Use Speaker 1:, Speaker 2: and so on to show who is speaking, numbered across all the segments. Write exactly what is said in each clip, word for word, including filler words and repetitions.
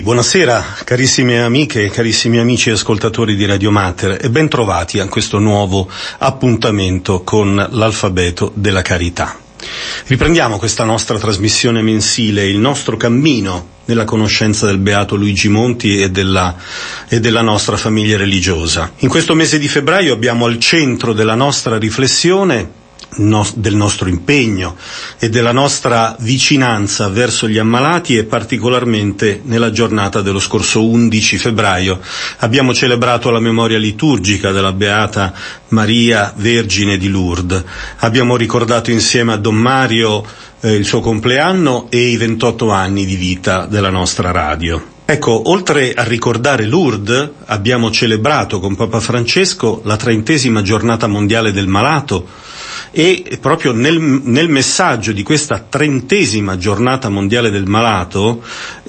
Speaker 1: Buonasera carissime amiche e carissimi amici ascoltatori di Radio Mater e ben trovati a questo nuovo appuntamento con l'Alfabeto della Carità. Riprendiamo questa nostra trasmissione mensile, il nostro cammino nella conoscenza del Beato Luigi Monti e della, e della nostra famiglia religiosa. In questo mese di febbraio abbiamo al centro della nostra riflessione, No, del nostro impegno e della nostra vicinanza verso gli ammalati, e particolarmente nella giornata dello scorso undici febbraio abbiamo celebrato la memoria liturgica della Beata Maria Vergine di Lourdes. Abbiamo ricordato insieme a Don Mario eh, il suo compleanno e i ventotto anni di vita della nostra radio. Ecco, oltre a ricordare Lourdes, abbiamo celebrato con Papa Francesco la trentesima giornata mondiale del malato, e proprio nel, nel messaggio di questa trentesima giornata mondiale del malato,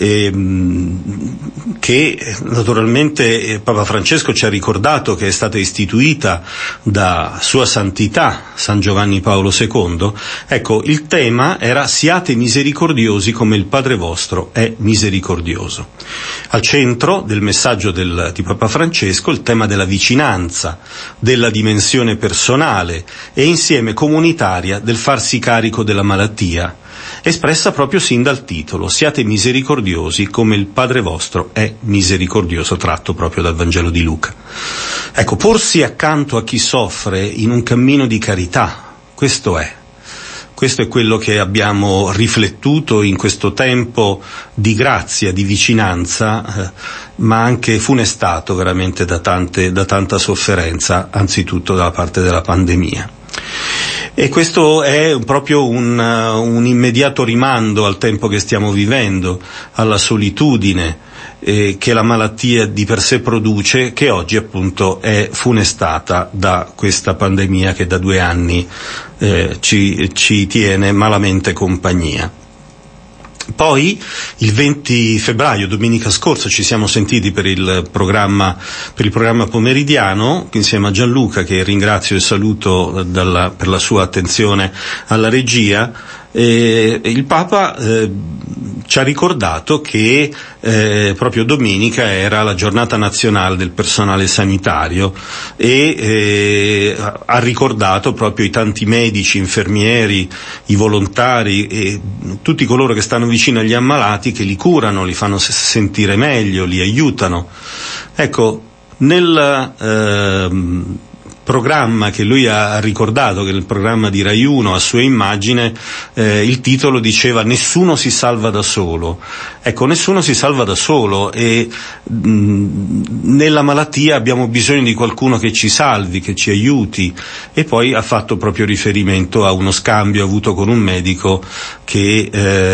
Speaker 1: ehm, che naturalmente Papa Francesco ci ha ricordato che è stata istituita da Sua Santità San Giovanni Paolo secondo, ecco, il tema era siate misericordiosi come il Padre vostro è misericordioso. Al centro del messaggio del, di Papa Francesco il tema della vicinanza, della dimensione personale e insieme comunitaria del farsi carico della malattia, espressa proprio sin dal titolo, siate misericordiosi come il Padre vostro è misericordioso, tratto proprio dal Vangelo di Luca. Ecco, porsi accanto a chi soffre in un cammino di carità, questo è. Questo è quello che abbiamo riflettuto in questo tempo di grazia, di vicinanza, eh, ma anche funestato veramente da tante, da tanta sofferenza, anzitutto dalla parte della pandemia. E questo è proprio un, un immediato rimando al tempo che stiamo vivendo, alla solitudine eh, che la malattia di per sé produce, che oggi appunto è funestata da questa pandemia che da due anni eh, ci, ci tiene malamente compagnia. Poi il venti febbraio, domenica scorsa, ci siamo sentiti per il programma per il programma pomeridiano insieme a Gianluca, che ringrazio e saluto dalla, per la sua attenzione alla regia. E il Papa eh, ci ha ricordato che eh, proprio domenica era la giornata nazionale del personale sanitario e eh, ha ricordato proprio i tanti medici, infermieri, i volontari e tutti coloro che stanno vicino agli ammalati, che li curano, li fanno sentire meglio, li aiutano. Ecco, nel eh, programma che lui ha ricordato, che è il programma di Rai uno a sua immagine, eh, il titolo diceva nessuno si salva da solo. Ecco, nessuno si salva da solo e mh, nella malattia abbiamo bisogno di qualcuno che ci salvi, che ci aiuti. E poi ha fatto proprio riferimento a uno scambio avuto con un medico che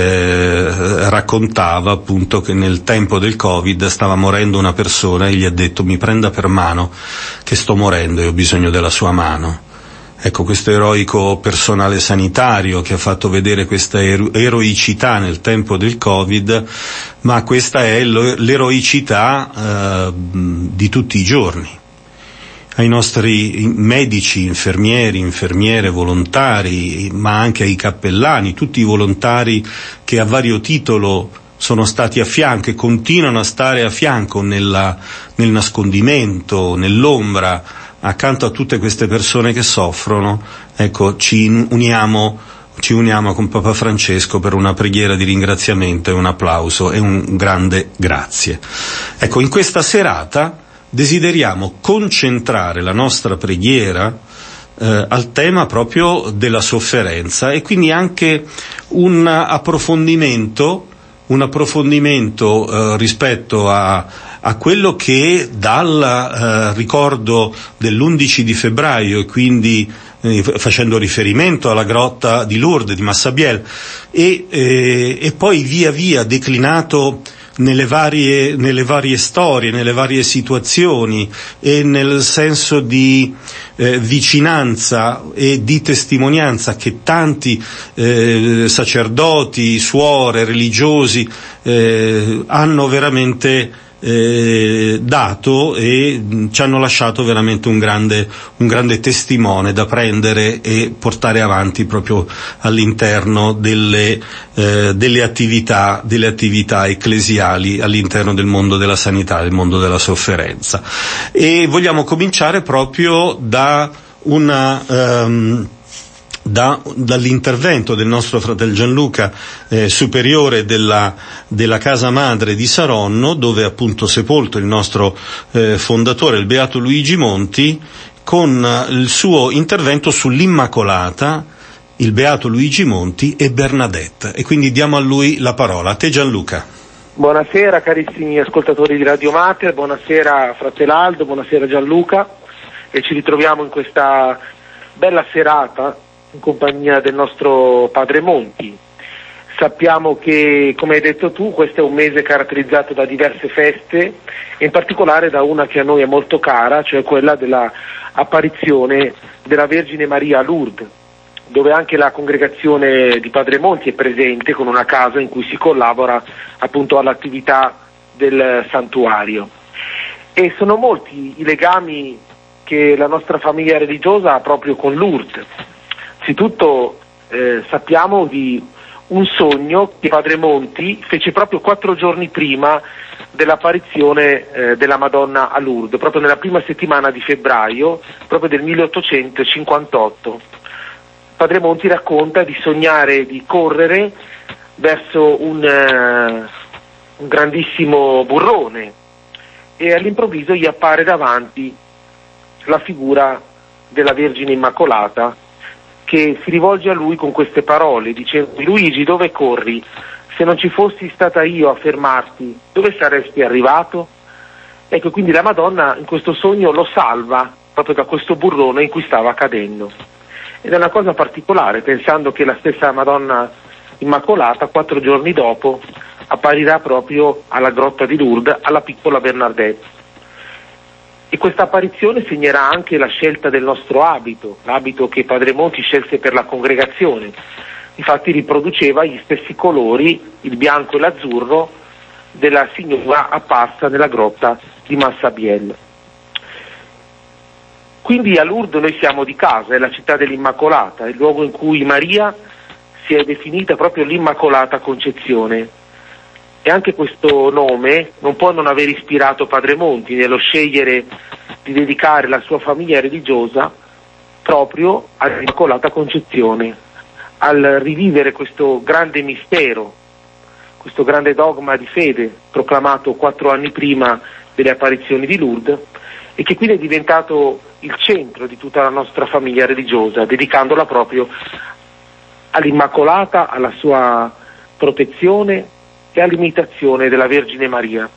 Speaker 1: eh, raccontava appunto che nel tempo del Covid stava morendo una persona e gli ha detto mi prenda per mano che sto morendo e ho bisogno della sua mano. Ecco, questo eroico personale sanitario che ha fatto vedere questa ero- eroicità nel tempo del Covid, ma questa è lo- l'eroicità eh, di tutti i giorni. Ai nostri medici, infermieri, infermiere, volontari, ma anche ai cappellani, tutti i volontari che a vario titolo sono stati a fianco e continuano a stare a fianco nella, nel nascondimento, nell'ombra, accanto a tutte queste persone che soffrono. Ecco, ci uniamo, ci uniamo con Papa Francesco per una preghiera di ringraziamento e un applauso e un grande grazie. Ecco, in questa serata desideriamo concentrare la nostra preghiera eh, al tema proprio della sofferenza e quindi anche un approfondimento un approfondimento eh, rispetto a, a quello che dal eh, ricordo dell'undici di febbraio e quindi eh, facendo riferimento alla grotta di Lourdes di Massabielle e, eh, e poi via via declinato nelle varie, nelle varie storie, nelle varie situazioni e nel senso di eh, vicinanza e di testimonianza che tanti eh, sacerdoti, suore, religiosi eh, hanno veramente eh, dato e mh, ci hanno lasciato veramente un grande, un grande testimone da prendere e portare avanti proprio all'interno delle, eh, delle attività, delle attività ecclesiali all'interno del mondo della sanità, del mondo della sofferenza. E vogliamo cominciare proprio da una, um, Da, dall'intervento del nostro fratello Gianluca, eh, superiore della, della casa madre di Saronno, dove è appunto sepolto il nostro eh, fondatore, il beato Luigi Monti, con eh, il suo intervento sull'Immacolata, il beato Luigi Monti e Bernadette. E quindi diamo a lui la parola. A te Gianluca.
Speaker 2: Buonasera carissimi ascoltatori di Radio Mater, buonasera fratello Aldo, buonasera Gianluca, e ci ritroviamo in questa bella serata in compagnia del nostro padre Monti. Sappiamo che, come hai detto tu, questo è un mese caratterizzato da diverse feste, e in particolare da una che a noi è molto cara, cioè quella della apparizione della Vergine Maria a Lourdes, dove anche la congregazione di padre Monti è presente con una casa in cui si collabora appunto all'attività del santuario. E sono molti i legami che la nostra famiglia religiosa ha proprio con Lourdes. Innanzitutto eh, sappiamo di un sogno che padre Monti fece proprio quattro giorni prima dell'apparizione eh, della Madonna a Lourdes, proprio nella prima settimana di febbraio, proprio del milleottocentocinquantotto. Padre Monti racconta di sognare di correre verso un, eh, un grandissimo burrone, e all'improvviso gli appare davanti la figura della Vergine Immacolata, che si rivolge a lui con queste parole, dicendo: Luigi, dove corri? Se non ci fossi stata io a fermarti, dove saresti arrivato? Ecco, quindi la Madonna in questo sogno lo salva proprio da questo burrone in cui stava cadendo. Ed è una cosa particolare, pensando che la stessa Madonna Immacolata quattro giorni dopo apparirà proprio alla grotta di Lourdes, alla piccola Bernadette. E questa apparizione segnerà anche la scelta del nostro abito, l'abito che padre Monti scelse per la congregazione. Infatti riproduceva gli stessi colori, il bianco e l'azzurro, della signora apparsa nella grotta di Massabielle. Quindi a Lourdes noi siamo di casa, è la città dell'Immacolata, è il luogo in cui Maria si è definita proprio l'Immacolata Concezione. E anche questo nome non può non aver ispirato padre Monti nello scegliere di dedicare la sua famiglia religiosa proprio all'Immacolata Concezione, al rivivere questo grande mistero, questo grande dogma di fede proclamato quattro anni prima delle apparizioni di Lourdes, e che quindi è diventato il centro di tutta la nostra famiglia religiosa, dedicandola proprio all'Immacolata, alla sua protezione e all'imitazione della Vergine Maria.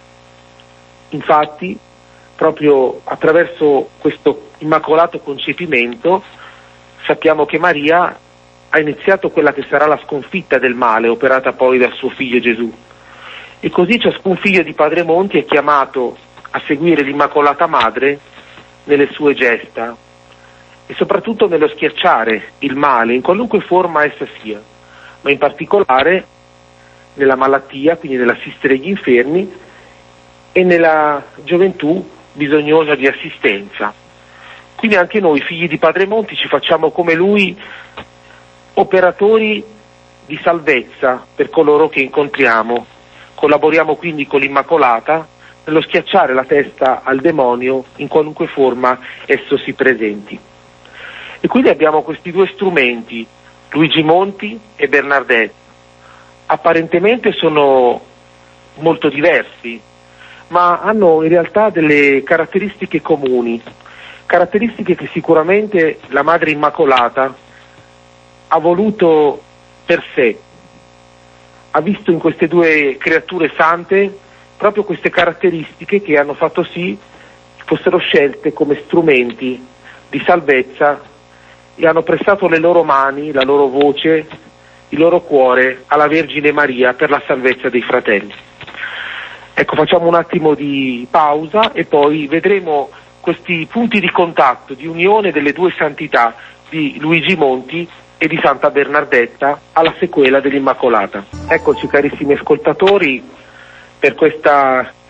Speaker 2: Infatti, proprio attraverso questo immacolato concepimento, sappiamo che Maria ha iniziato quella che sarà la sconfitta del male, operata poi dal suo figlio Gesù. E così ciascun figlio di padre Monti è chiamato a seguire l'Immacolata Madre nelle sue gesta, e soprattutto nello schiacciare il male, in qualunque forma essa sia, ma in particolare nella malattia, quindi nell'assistere gli infermi, e nella gioventù bisognosa di assistenza. Quindi anche noi, figli di padre Monti, ci facciamo come lui operatori di salvezza per coloro che incontriamo. Collaboriamo quindi con l'Immacolata nello schiacciare la testa al demonio in qualunque forma esso si presenti. E quindi abbiamo questi due strumenti, Luigi Monti e Bernadette. Apparentemente sono molto diversi, ma hanno in realtà delle caratteristiche comuni, caratteristiche che sicuramente la Madre Immacolata ha voluto per sé. Ha visto in queste due creature sante proprio queste caratteristiche che hanno fatto sì che fossero scelte come strumenti di salvezza, e hanno prestato le loro mani, la loro voce, il loro cuore alla Vergine Maria per la salvezza dei fratelli. Ecco, facciamo un attimo di pausa e poi vedremo questi punti di contatto, di unione delle due santità di Luigi Monti e di Santa Bernardetta alla sequela dell'Immacolata. Eccoci carissimi ascoltatori per questa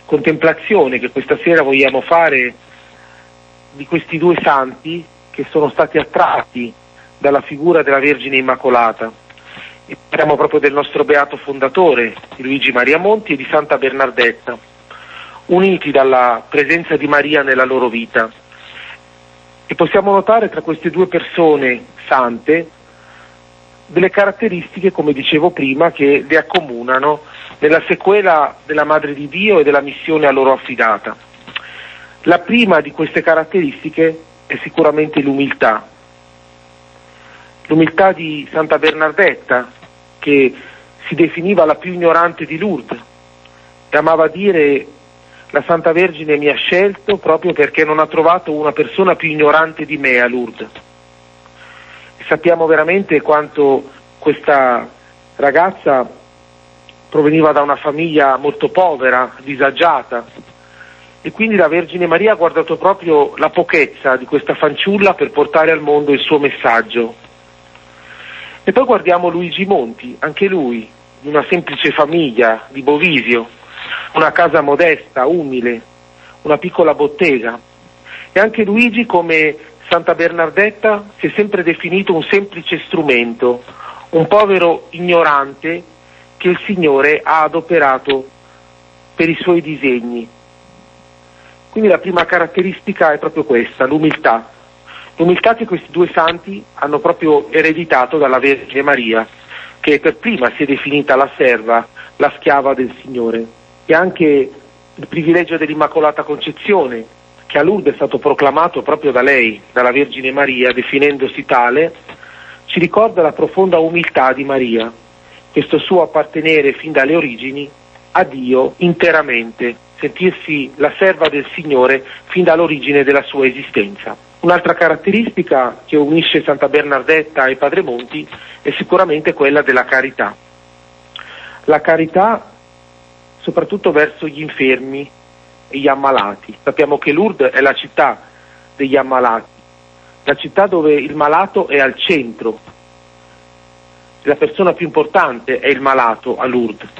Speaker 2: contemplazione che questa sera vogliamo fare di questi due santi che sono stati attratti dalla figura della Vergine Immacolata. E parliamo proprio del nostro beato fondatore, di Luigi Maria Monti, e di Santa Bernardetta, uniti dalla presenza di Maria nella loro vita. E possiamo notare tra queste due persone sante delle caratteristiche, come dicevo prima, che le accomunano nella sequela della Madre di Dio e della missione a loro affidata. La prima di queste caratteristiche è sicuramente l'umiltà. L'umiltà di Santa Bernardetta, che si definiva la più ignorante di Lourdes, e amava dire: la Santa Vergine mi ha scelto proprio perché non ha trovato una persona più ignorante di me a Lourdes. E sappiamo veramente quanto questa ragazza proveniva da una famiglia molto povera, disagiata, e quindi la Vergine Maria ha guardato proprio la pochezza di questa fanciulla per portare al mondo il suo messaggio. E poi guardiamo Luigi Monti, anche lui di una semplice famiglia di Bovisio, una casa modesta, umile, una piccola bottega. E anche Luigi, come Santa Bernardetta, si è sempre definito un semplice strumento, un povero ignorante che il Signore ha adoperato per i suoi disegni. Quindi la prima caratteristica è proprio questa, l'umiltà. L'umiltà che questi due santi hanno proprio ereditato dalla Vergine Maria, che per prima si è definita la serva, la schiava del Signore. E anche il privilegio dell'Immacolata Concezione, che a Lourdes è stato proclamato proprio da lei, dalla Vergine Maria, definendosi tale, ci ricorda la profonda umiltà di Maria, questo suo appartenere fin dalle origini a Dio interamente, sentirsi la serva del Signore fin dall'origine della sua esistenza. Un'altra caratteristica che unisce Santa Bernardetta e Padre Monti è sicuramente quella della carità. La carità soprattutto verso gli infermi e gli ammalati. Sappiamo che Lourdes è la città degli ammalati, la città dove il malato è al centro, la persona più importante è il malato a Lourdes.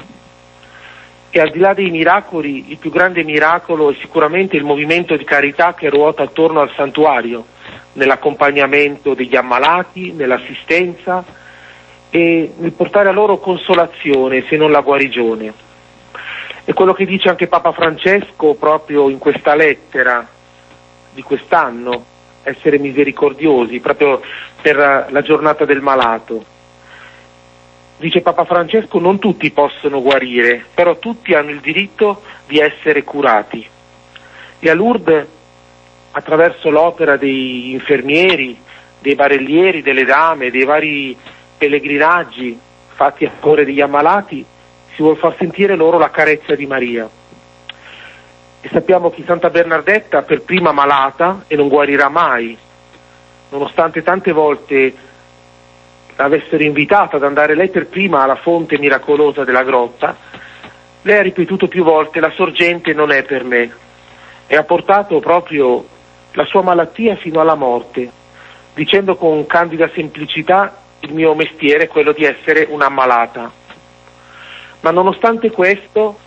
Speaker 2: E al di là dei miracoli, il più grande miracolo è sicuramente il movimento di carità che ruota attorno al santuario, nell'accompagnamento degli ammalati, nell'assistenza e nel portare a loro consolazione, se non la guarigione. E quello che dice anche Papa Francesco proprio in questa lettera di quest'anno, essere misericordiosi, proprio per la giornata del malato. Dice Papa Francesco: non tutti possono guarire, però tutti hanno il diritto di essere curati. E a Lourdes, attraverso l'opera degli infermieri, dei barellieri, delle dame, dei vari pellegrinaggi fatti a favore degli ammalati, si vuol far sentire loro la carezza di Maria. E sappiamo che Santa Bernardetta, per prima malata e non guarirà mai, nonostante tante volte l'avessero invitata ad andare lei per prima alla fonte miracolosa della grotta, lei ha ripetuto più volte: la sorgente non è per me, e ha portato proprio la sua malattia fino alla morte, dicendo con candida semplicità: il mio mestiere è quello di essere un'ammalata. Ma nonostante questo,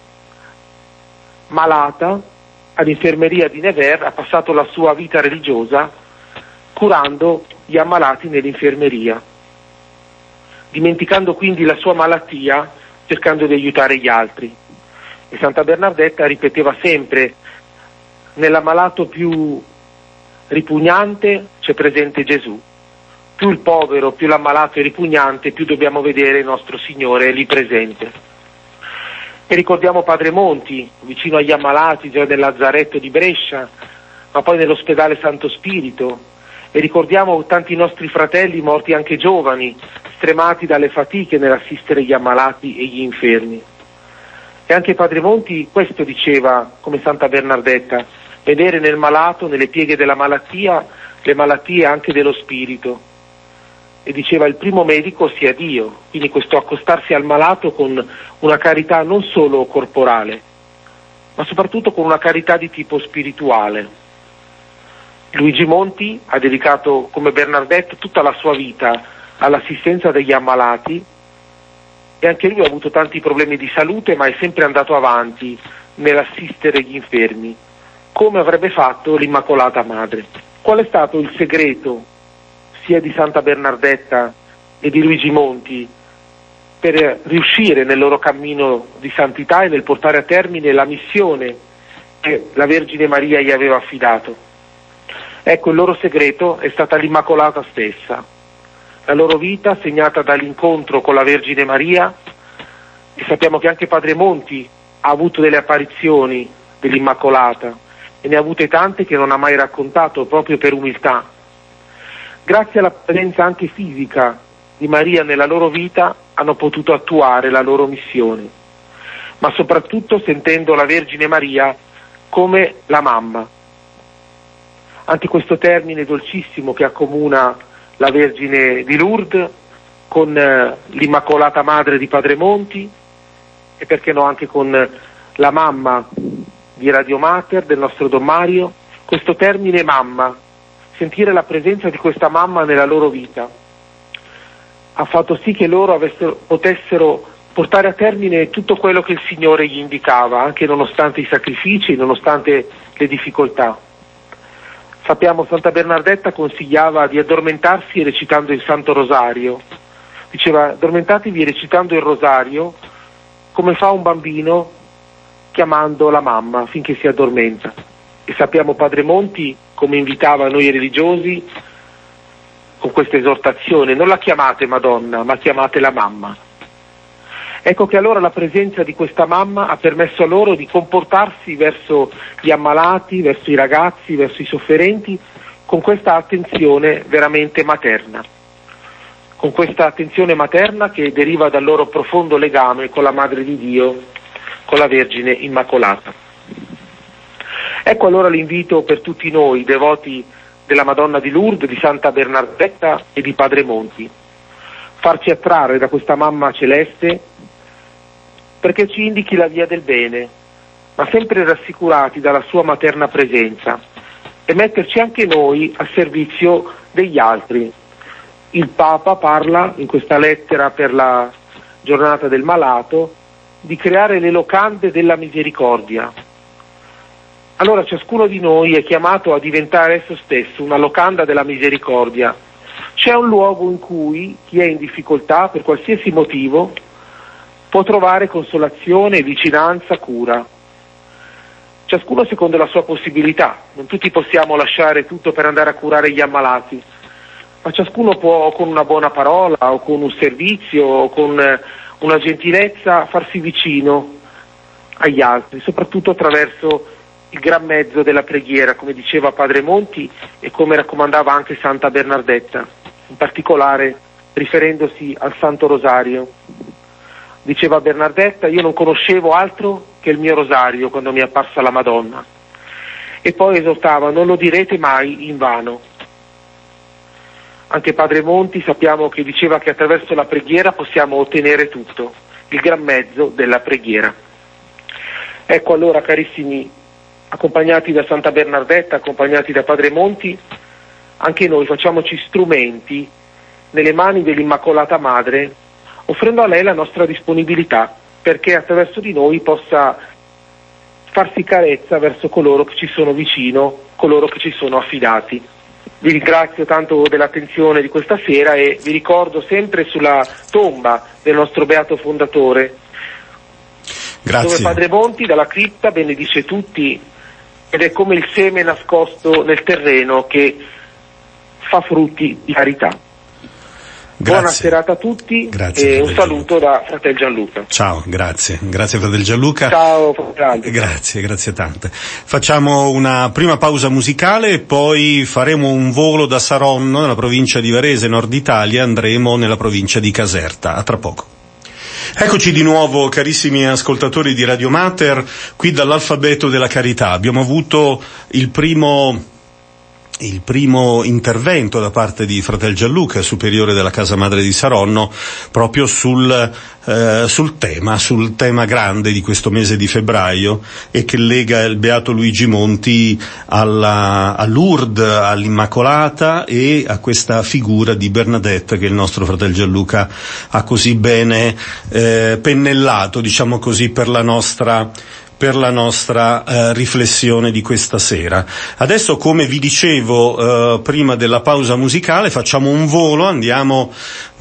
Speaker 2: malata, all'infermeria di Nevers ha passato la sua vita religiosa curando gli ammalati nell'infermeria, dimenticando quindi la sua malattia, cercando di aiutare gli altri. E Santa Bernardetta ripeteva sempre: nell'ammalato più ripugnante c'è presente Gesù. Più il povero, più l'ammalato è ripugnante, più dobbiamo vedere il nostro Signore lì presente. E ricordiamo Padre Monti, vicino agli ammalati già nel Lazzaretto di Brescia, ma poi nell'ospedale Santo Spirito. E ricordiamo tanti nostri fratelli morti anche giovani, stremati dalle fatiche nell'assistere gli ammalati e gli infermi. E anche Padre Monti questo diceva, come Santa Bernardetta: vedere nel malato, nelle pieghe della malattia, le malattie anche dello spirito. E diceva: il primo medico sia Dio. Quindi questo accostarsi al malato con una carità non solo corporale, ma soprattutto con una carità di tipo spirituale. Luigi Monti ha dedicato, come Bernardetta, tutta la sua vita all'assistenza degli ammalati, e anche lui ha avuto tanti problemi di salute, ma è sempre andato avanti nell'assistere gli infermi, come avrebbe fatto l'Immacolata Madre. Qual è stato il segreto sia di Santa Bernardetta e di Luigi Monti per riuscire nel loro cammino di santità e nel portare a termine la missione che la Vergine Maria gli aveva affidato? Ecco, il loro segreto è stata l'Immacolata stessa, la loro vita segnata dall'incontro con la Vergine Maria, e sappiamo che anche Padre Monti ha avuto delle apparizioni dell'Immacolata e ne ha avute tante che non ha mai raccontato proprio per umiltà. Grazie alla presenza anche fisica di Maria nella loro vita hanno potuto attuare la loro missione, ma soprattutto sentendo la Vergine Maria come la mamma. Anche questo termine dolcissimo che accomuna la Vergine di Lourdes con eh, l'Immacolata Madre di Padre Monti, e perché no anche con la mamma di Radio Mater, del nostro Don Mario, questo termine mamma, sentire la presenza di questa mamma nella loro vita, ha fatto sì che loro avessero, potessero portare a termine tutto quello che il Signore gli indicava, anche nonostante i sacrifici, nonostante le difficoltà. Sappiamo, Santa Bernardetta consigliava di addormentarsi recitando il Santo Rosario. Diceva: addormentatevi recitando il Rosario come fa un bambino chiamando la mamma finché si addormenta. E sappiamo Padre Monti come invitava noi religiosi con questa esortazione: non la chiamate Madonna, ma chiamate la mamma. Ecco che allora la presenza di questa mamma ha permesso a loro di comportarsi verso gli ammalati, verso i ragazzi, verso i sofferenti, con questa attenzione veramente materna, con questa attenzione materna che deriva dal loro profondo legame con la Madre di Dio, con la Vergine Immacolata. Ecco allora l'invito per tutti noi, devoti della Madonna di Lourdes, di Santa Bernardetta e di Padre Monti: farci attrarre da questa mamma celeste perché ci indichi la via del bene, ma sempre rassicurati dalla sua materna presenza, e metterci anche noi a servizio degli altri. Il Papa parla in questa lettera per la giornata del malato di creare le locande della misericordia. Allora ciascuno di noi è chiamato a diventare esso stesso una locanda della misericordia. C'è un luogo in cui chi è in difficoltà per qualsiasi motivo può trovare consolazione, vicinanza, cura. Ciascuno secondo la sua possibilità. Non tutti possiamo lasciare tutto per andare a curare gli ammalati, ma ciascuno può, con una buona parola o con un servizio o con una gentilezza, farsi vicino agli altri, soprattutto attraverso il gran mezzo della preghiera, come diceva Padre Monti e come raccomandava anche Santa Bernardetta, in particolare riferendosi al Santo Rosario. Diceva Bernardetta: io non conoscevo altro che il mio rosario quando mi è apparsa la Madonna. E poi esortava: non lo direte mai in vano. Anche Padre Monti sappiamo che diceva che attraverso la preghiera possiamo ottenere tutto, il gran mezzo della preghiera. Ecco allora, carissimi, accompagnati da Santa Bernardetta, accompagnati da Padre Monti, anche noi facciamoci strumenti nelle mani dell'Immacolata Madre, offrendo a lei la nostra disponibilità, perché attraverso di noi possa farsi carezza verso coloro che ci sono vicino, coloro che ci sono affidati. Vi ringrazio tanto dell'attenzione di questa sera e vi ricordo sempre sulla tomba del nostro beato fondatore,
Speaker 1: Grazie.
Speaker 2: Dove Padre Monti dalla cripta benedice tutti, ed è come il seme nascosto nel terreno che fa frutti di carità.
Speaker 1: Grazie.
Speaker 2: Buona serata a tutti.
Speaker 1: Grazie,
Speaker 2: e un saluto Gianluca. Da Fratel Gianluca.
Speaker 1: Ciao, grazie. Grazie Fratel Gianluca.
Speaker 2: Ciao Fratel.
Speaker 1: Grazie, grazie tante. Facciamo una prima pausa musicale e poi faremo un volo da Saronno, nella provincia di Varese, Nord Italia, andremo nella provincia di Caserta. A tra poco. Eccoci di nuovo, carissimi ascoltatori di Radio Mater, qui dall'Alfabeto della Carità. Abbiamo avuto il primo il primo intervento da parte di Fratel Gianluca, superiore della Casa Madre di Saronno, proprio sul eh, sul tema, sul tema grande di questo mese di febbraio e che lega il Beato Luigi Monti alla, a Lourdes, all'Immacolata e a questa figura di Bernadette che il nostro Fratel Gianluca ha così bene eh, pennellato, diciamo così, per la nostra per la nostra eh, riflessione di questa sera. Adesso, come vi dicevo eh, prima della pausa musicale, facciamo un volo, andiamo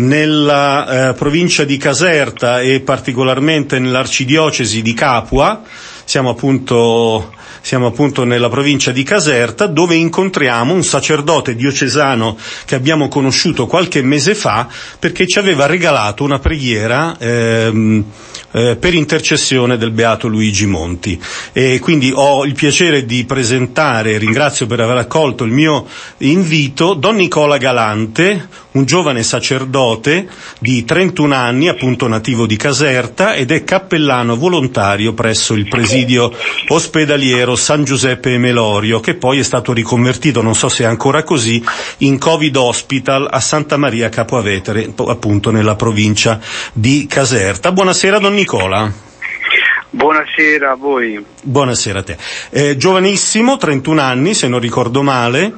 Speaker 1: nella eh, provincia di Caserta e particolarmente nell'arcidiocesi di Capua. Siamo appunto Siamo appunto nella provincia di Caserta, dove incontriamo un sacerdote diocesano che abbiamo conosciuto qualche mese fa, perché ci aveva regalato una preghiera ehm, eh, per intercessione del beato Luigi Monti. E quindi ho il piacere di presentare, ringrazio per aver accolto il mio invito, Don Nicola Galante, un giovane sacerdote di trentuno anni, appunto nativo di Caserta, ed è cappellano volontario presso il presidio ospedaliero San Giuseppe Emelorio, che poi è stato riconvertito, non so se è ancora così, in Covid Hospital a Santa Maria Capua Vetere, appunto nella provincia di Caserta. Buonasera Don Nicola.
Speaker 3: Buonasera a voi.
Speaker 1: Buonasera a te. Eh, giovanissimo, trentuno anni se non ricordo male.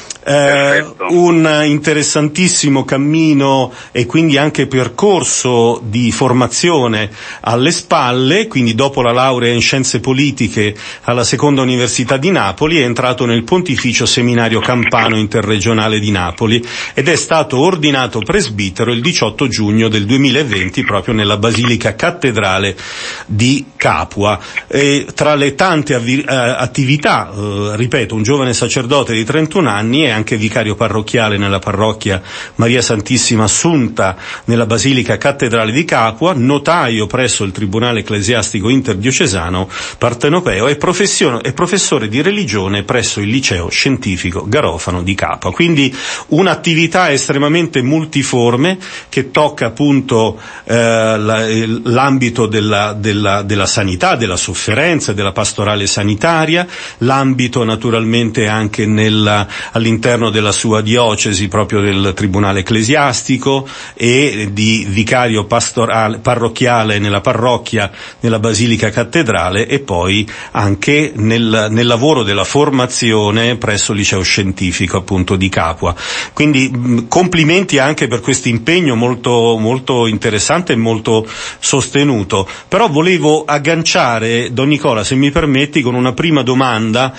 Speaker 1: Eh, un interessantissimo cammino e quindi anche percorso di formazione alle spalle, quindi dopo la laurea in scienze politiche alla Seconda Università di Napoli è entrato nel Pontificio Seminario Campano Interregionale di Napoli ed è stato ordinato presbitero il diciotto giugno del duemilaventi proprio nella Basilica Cattedrale di Capua. E tra le tante avvi- eh, attività, eh, ripeto, un giovane sacerdote di trentuno anni è anche vicario parrocchiale nella parrocchia Maria Santissima Assunta nella Basilica Cattedrale di Capua, notaio presso il Tribunale Ecclesiastico Interdiocesano Partenopeo e è professore di religione presso il Liceo Scientifico Garofano di Capua. Quindi un'attività estremamente multiforme che tocca appunto eh, la, l'ambito della, della, della sanità, della sofferenza, della pastorale sanitaria, l'ambito naturalmente anche nella, all'interno della sua diocesi proprio del Tribunale Ecclesiastico e di vicario pastorale, parrocchiale nella parrocchia nella Basilica Cattedrale e poi anche nel, nel lavoro della formazione presso il Liceo Scientifico appunto di Capua. Quindi mh, complimenti anche per questo impegno molto, molto interessante e molto sostenuto. Però volevo agganciare, Don Nicola, se mi permetti, con una prima domanda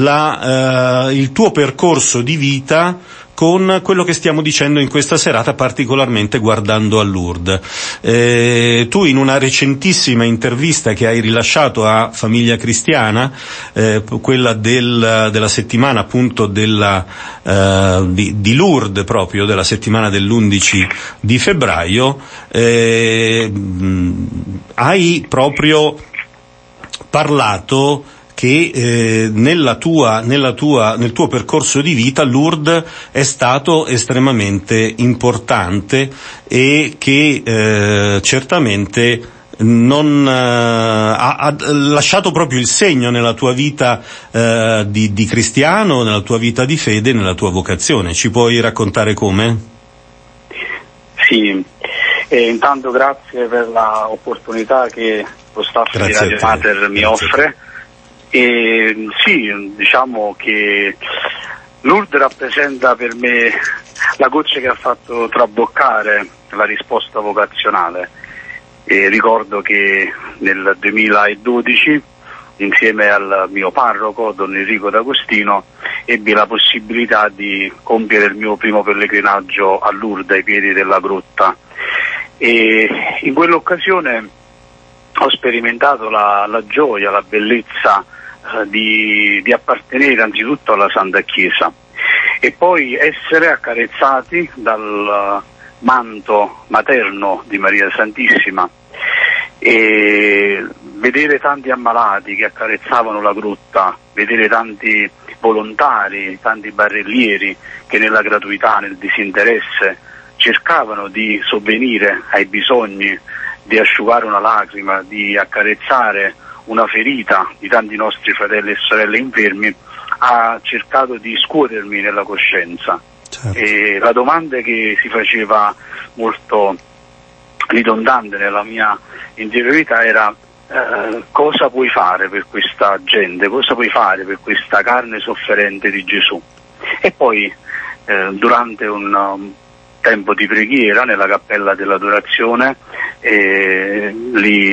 Speaker 1: la, eh, il tuo percorso di vita con quello che stiamo dicendo in questa serata, particolarmente guardando a Lourdes. Eh, tu in una recentissima intervista che hai rilasciato a Famiglia Cristiana, eh, quella del, della settimana appunto della, eh, di, di Lourdes proprio, della settimana dell'undici di febbraio, eh, hai proprio parlato che eh, nella tua, nella tua, nel tuo percorso di vita Lourdes è stato estremamente importante e che eh, certamente non eh, ha, ha lasciato proprio il segno nella tua vita eh, di, di cristiano, nella tua vita di fede, nella tua vocazione. Ci puoi raccontare come?
Speaker 3: Sì, e intanto grazie per l'opportunità che lo staff di Radio Mater mi offre. E sì, diciamo che Lourdes rappresenta per me la goccia che ha fatto traboccare la risposta vocazionale. E ricordo che nel duemiladodici, insieme al mio parroco, Don Enrico D'Agostino, ebbi la possibilità di compiere il mio primo pellegrinaggio a Lourdes ai piedi della grotta. E in quell'occasione ho sperimentato la, la gioia, la bellezza Di, di appartenere anzitutto alla Santa Chiesa e poi essere accarezzati dal manto materno di Maria Santissima e vedere tanti ammalati che accarezzavano la grotta, vedere tanti volontari, tanti barellieri che nella gratuità, nel disinteresse cercavano di sovvenire ai bisogni, di asciugare una lacrima, di accarezzare una ferita di tanti nostri fratelli e sorelle infermi, ha cercato di scuotermi nella coscienza. Certo. E la domanda che si faceva molto ridondante nella mia interiorità era eh, cosa puoi fare per questa gente, cosa puoi fare per questa carne sofferente di Gesù? E poi eh, durante un um, tempo di preghiera nella cappella dell'adorazione eh, lì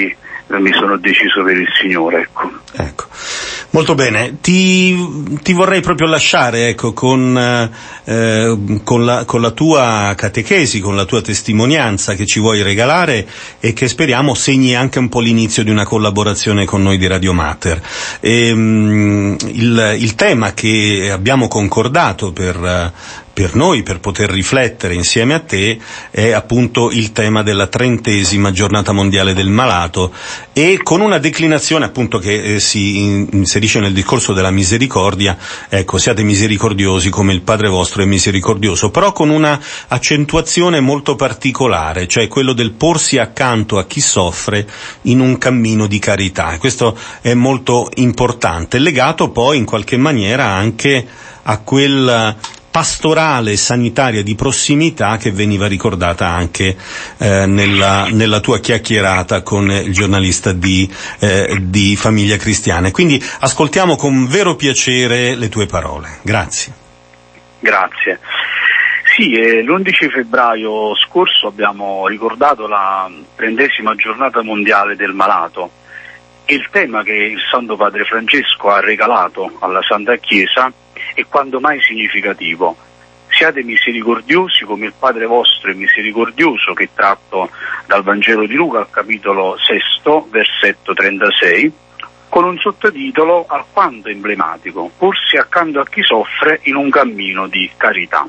Speaker 3: mi sono deciso per il Signore, ecco.
Speaker 1: Ecco. Molto bene, ti, ti vorrei proprio lasciare, ecco, con, eh, con, la, con la tua catechesi, con la tua testimonianza che ci vuoi regalare e che speriamo segni anche un po' l'inizio di una collaborazione con noi di Radio Mater. E, um, il, il tema che abbiamo concordato per, per noi, per poter riflettere insieme a te, è appunto il tema della trentesima giornata mondiale del malato, e con una declinazione appunto che eh, si inserisce nel discorso della misericordia. Ecco, siate misericordiosi come il Padre vostro è misericordioso, però con una accentuazione molto particolare, cioè quello del porsi accanto a chi soffre in un cammino di carità. E questo è molto importante, legato poi in qualche maniera anche a quel pastorale sanitaria di prossimità che veniva ricordata anche eh, nella, nella tua chiacchierata con il giornalista di, eh, di Famiglia Cristiana. Quindi ascoltiamo con vero piacere le tue parole. Grazie.
Speaker 3: Grazie. Sì, eh, l'undici febbraio scorso abbiamo ricordato la trentesima giornata mondiale del malato, e il tema che il Santo Padre Francesco ha regalato alla Santa Chiesa è quanto mai significativo. Siate misericordiosi come il Padre vostro è misericordioso, che è tratto dal Vangelo di Luca al capitolo sesto, versetto trentasei, con un sottotitolo alquanto emblematico: porsi accanto a chi soffre in un cammino di carità.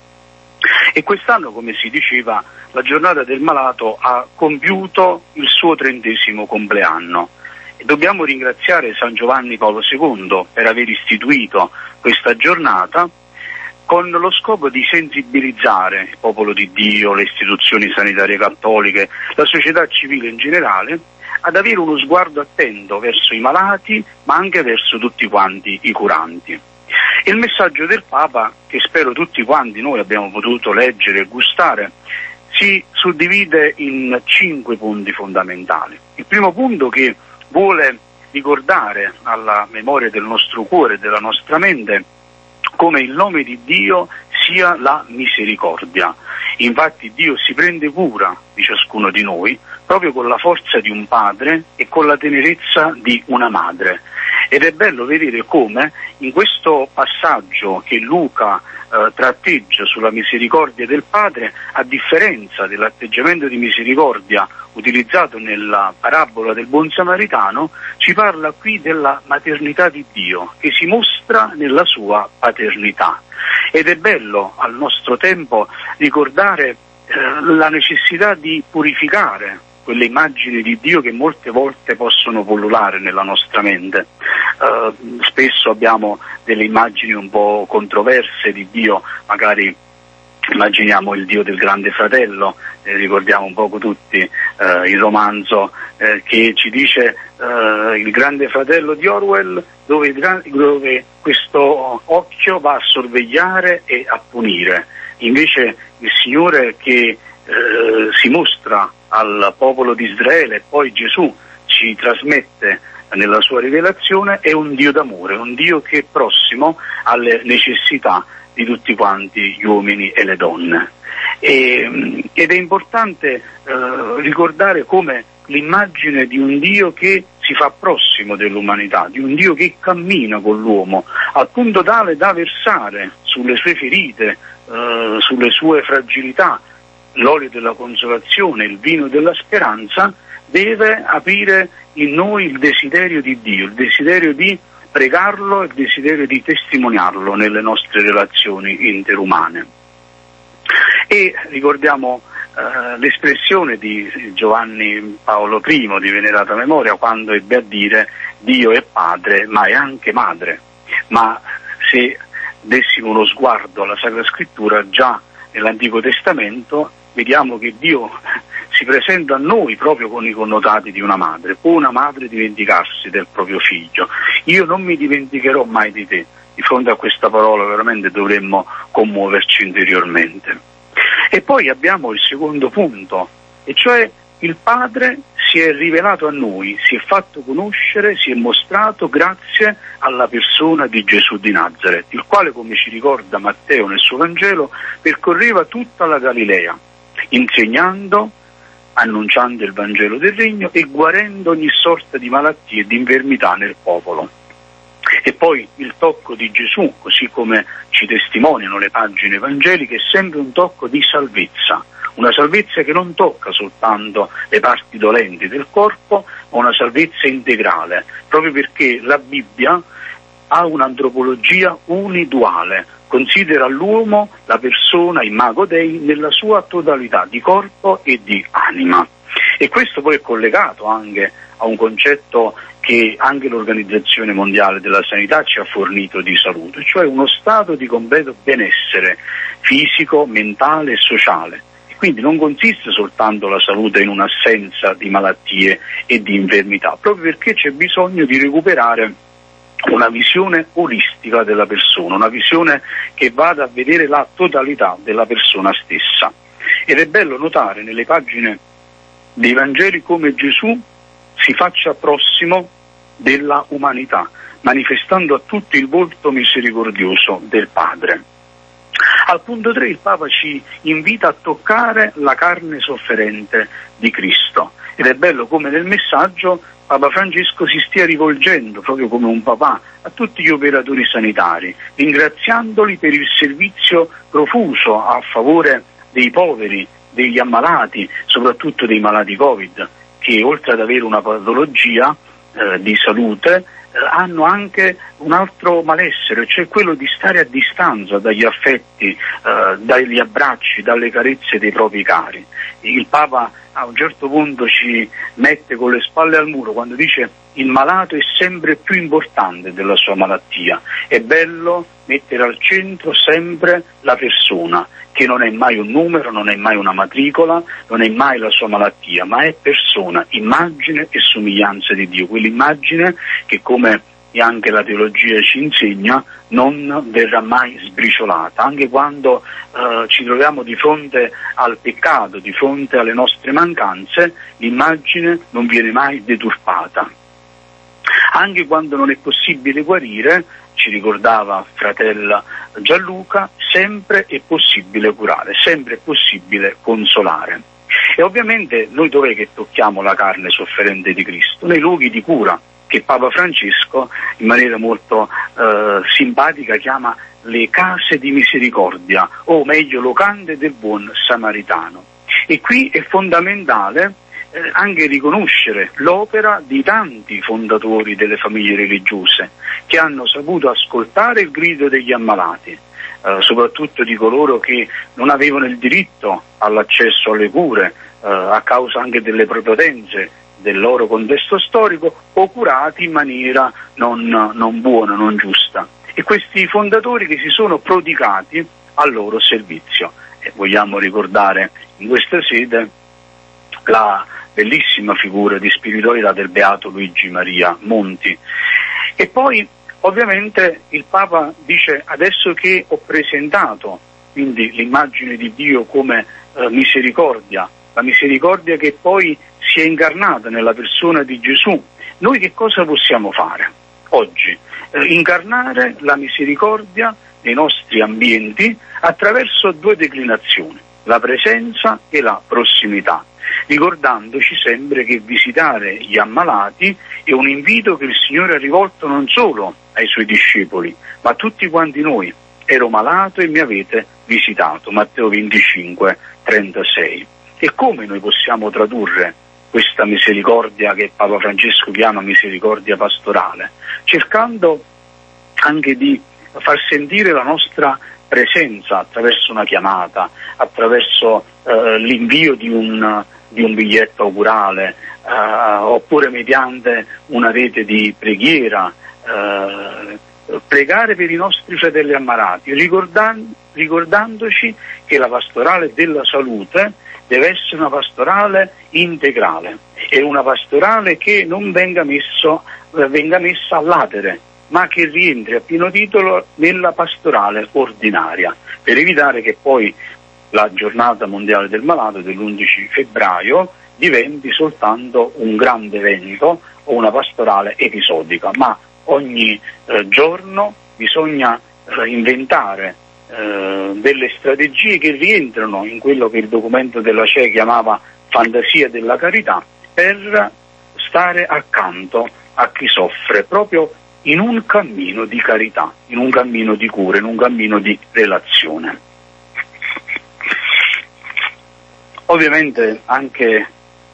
Speaker 3: E quest'anno, come si diceva, la giornata del malato ha compiuto il suo trentesimo compleanno. E dobbiamo ringraziare San Giovanni Paolo secondo per aver istituito questa giornata con lo scopo di sensibilizzare il popolo di Dio, le istituzioni sanitarie cattoliche, la società civile in generale, ad avere uno sguardo attento verso i malati, ma anche verso tutti quanti i curanti. E il messaggio del Papa, che spero tutti quanti noi abbiamo potuto leggere e gustare, si suddivide in cinque punti fondamentali. Il primo punto, che vuole ricordare alla memoria del nostro cuore e della nostra mente come il nome di Dio sia la misericordia. Infatti Dio si prende cura di ciascuno di noi proprio con la forza di un padre e con la tenerezza di una madre. Ed è bello vedere come in questo passaggio che Luca eh, tratteggia sulla misericordia del padre, a differenza dell'atteggiamento di misericordia utilizzato nella parabola del buon samaritano, ci parla qui della maternità di Dio, che si mostra nella sua paternità. Ed è bello al nostro tempo ricordare eh, la necessità di purificare quelle immagini di Dio che molte volte possono pullulare nella nostra mente. Uh, spesso abbiamo delle immagini un po' controverse di Dio, magari immaginiamo il Dio del Grande Fratello, eh, ricordiamo un poco tutti eh, il romanzo eh, che ci dice eh, il Grande Fratello di Orwell, dove, dove questo occhio va a sorvegliare e a punire. Invece il Signore che eh, si mostra al popolo di Israele, e poi Gesù ci trasmette nella sua rivelazione, è un Dio d'amore, un Dio che è prossimo alle necessità di tutti quanti gli uomini e le donne. E, ed è importante eh, ricordare come l'immagine di un Dio che si fa prossimo dell'umanità, di un Dio che cammina con l'uomo, al punto tale da versare sulle sue ferite, eh, sulle sue fragilità, l'olio della consolazione, il vino della speranza, deve aprire in noi il desiderio di Dio, il desiderio di pregarlo, il desiderio di testimoniarlo nelle nostre relazioni interumane. E ricordiamo eh, l'espressione di Giovanni Paolo primo di venerata memoria, quando ebbe a dire: Dio è padre ma è anche madre. Ma se dessimo uno sguardo alla Sacra Scrittura, già nell'Antico Testamento vediamo che Dio si presenta a noi proprio con i connotati di una madre. Può una madre dimenticarsi del proprio figlio? Io non mi dimenticherò mai di te. Di fronte a questa parola veramente dovremmo commuoverci interiormente. E poi abbiamo il secondo punto, e cioè il Padre si è rivelato a noi, si è fatto conoscere, si è mostrato grazie alla persona di Gesù di Nazaret, il quale, come ci ricorda Matteo nel suo Vangelo, percorreva tutta la Galilea, insegnando, annunciando il Vangelo del Regno e guarendo ogni sorta di malattie e di infermità nel popolo. E poi il tocco di Gesù, così come ci testimoniano le pagine evangeliche, è sempre un tocco di salvezza, una salvezza che non tocca soltanto le parti dolenti del corpo, ma una salvezza integrale, proprio perché la Bibbia ha un'antropologia uniduale, considera l'uomo, la persona, imago Dei, nella sua totalità di corpo e di anima. E questo poi è collegato anche a un concetto che anche l'Organizzazione Mondiale della Sanità ci ha fornito di salute, cioè uno stato di completo benessere fisico, mentale e sociale. E quindi non consiste soltanto la salute in un'assenza di malattie e di infermità, proprio perché c'è bisogno di recuperare una visione olistica della persona, una visione che vada a vedere la totalità della persona stessa. Ed è bello notare nelle pagine dei Vangeli come Gesù si faccia prossimo della umanità, manifestando a tutti il volto misericordioso del Padre. Al punto tre il Papa ci invita a toccare la carne sofferente di Cristo, ed è bello come nel messaggio Papa Francesco si stia rivolgendo, proprio come un papà, a tutti gli operatori sanitari, ringraziandoli per il servizio profuso a favore dei poveri, degli ammalati, soprattutto dei malati Covid, che oltre ad avere una patologia eh, di salute eh, hanno anche un altro malessere, cioè quello di stare a distanza dagli affetti, eh, dagli abbracci, dalle carezze dei propri cari. Il Papa a un certo punto ci mette con le spalle al muro quando dice: il malato è sempre più importante della sua malattia. È bello mettere al centro sempre la persona, che non è mai un numero, non è mai una matricola, non è mai la sua malattia, ma è persona, immagine e somiglianza di Dio, quell'immagine che, come anche la teologia ci insegna, non verrà mai sbriciolata, anche quando eh, ci troviamo di fronte al peccato, di fronte alle nostre mancanze, l'immagine non viene mai deturpata. Anche quando non è possibile guarire, ci ricordava fratello Gianluca, sempre è possibile curare, sempre è possibile consolare. E ovviamente noi dov'è che tocchiamo la carne sofferente di Cristo? Nei luoghi di cura, che Papa Francesco in maniera molto eh, simpatica chiama le case di misericordia, o meglio locande del buon samaritano. E qui è fondamentale eh, anche riconoscere l'opera di tanti fondatori delle famiglie religiose che hanno saputo ascoltare il grido degli ammalati, eh, soprattutto di coloro che non avevano il diritto all'accesso alle cure eh, a causa anche delle prepotenze del loro contesto storico, o curati in maniera non, non buona, non giusta. E questi fondatori che si sono prodigati al loro servizio. E vogliamo ricordare in questa sede la bellissima figura di spiritualità del Beato Luigi Maria Monti. E poi ovviamente il Papa dice: adesso che ho presentato quindi l'immagine di Dio come eh, misericordia, la misericordia che poi si è incarnata nella persona di Gesù, noi che cosa possiamo fare oggi? Eh, incarnare la misericordia nei nostri ambienti attraverso due declinazioni, la presenza e la prossimità, ricordandoci sempre che visitare gli ammalati è un invito che il Signore ha rivolto non solo ai Suoi discepoli, ma a tutti quanti noi. Ero malato e mi avete visitato, Matteo venticinque trentasei. E come noi possiamo tradurre questa misericordia che Papa Francesco chiama misericordia pastorale? Cercando anche di far sentire la nostra presenza attraverso una chiamata, attraverso eh, l'invio di un, di un biglietto augurale, eh, oppure mediante una rete di preghiera, eh, pregare per i nostri fratelli ammalati, ricordan- ricordandoci che la pastorale della salute deve essere una pastorale integrale, è una pastorale che non venga, messo, eh, venga messa all'atere, ma che rientri a pieno titolo nella pastorale ordinaria, per evitare che poi la giornata mondiale del malato dell'undici febbraio diventi soltanto un grande evento o una pastorale episodica, ma ogni eh, giorno bisogna eh, inventare eh, delle strategie che rientrano in quello che il documento della C E chiamava fantasia della carità, per stare accanto a chi soffre, proprio in un cammino di carità, in un cammino di cura, in un cammino di relazione. Ovviamente anche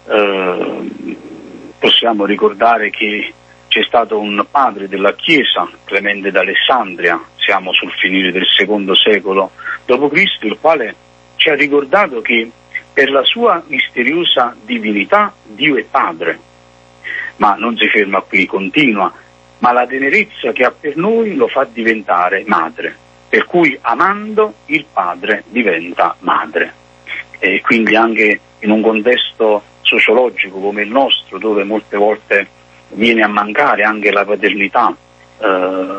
Speaker 3: eh, possiamo ricordare che c'è stato un padre della Chiesa, Clemente d'Alessandria, siamo sul finire del secondo secolo dopo Cristo, il quale ci ha ricordato che per la sua misteriosa divinità Dio è Padre, ma non si ferma qui, continua, ma la tenerezza che ha per noi lo fa diventare madre, per cui amando il Padre diventa madre. E quindi anche in un contesto sociologico come il nostro, dove molte volte viene a mancare anche la paternità, eh,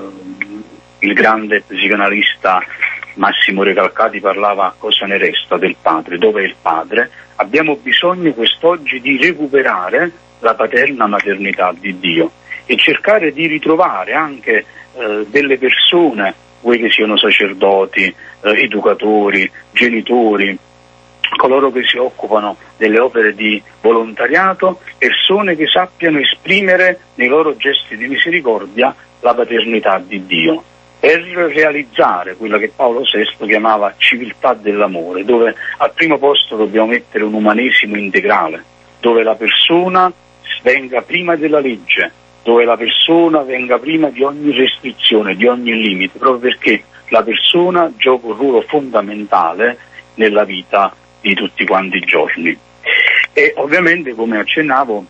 Speaker 3: il grande psicanalista Massimo Recalcati parlava cosa ne resta del padre, dove è il padre, abbiamo bisogno quest'oggi di recuperare la paterna maternità di Dio e cercare di ritrovare anche eh, delle persone, vuoi che siano sacerdoti, eh, educatori, genitori, coloro che si occupano delle opere di volontariato, persone che sappiano esprimere nei loro gesti di misericordia la paternità di Dio, per realizzare quella che Paolo sesto chiamava civiltà dell'amore, dove al primo posto dobbiamo mettere un umanesimo integrale, dove la persona venga prima della legge, dove la persona venga prima di ogni restrizione, di ogni limite, proprio perché la persona gioca un ruolo fondamentale nella vita di tutti quanti i giorni. E ovviamente, come accennavo,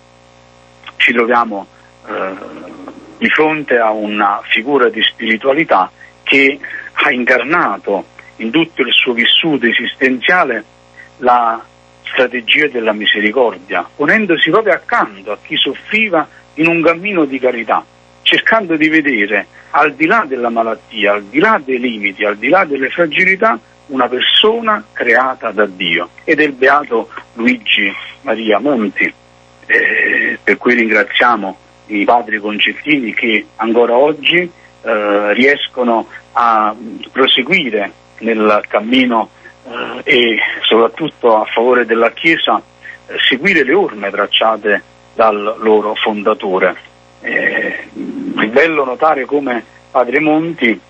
Speaker 3: ci troviamo eh, di fronte a una figura di spiritualità che ha incarnato in tutto il suo vissuto esistenziale la strategia della misericordia, ponendosi proprio accanto a chi soffriva in un cammino di carità, cercando di vedere al di là della malattia, al di là dei limiti, al di là delle fragilità, una persona creata da Dio. Ed è il beato Luigi Maria Monti, eh, per cui ringraziamo i padri concettini che ancora oggi eh, riescono a proseguire nel cammino eh, e soprattutto a favore della Chiesa eh, seguire le orme tracciate dal loro fondatore. Eh, è bello notare come Padre Monti,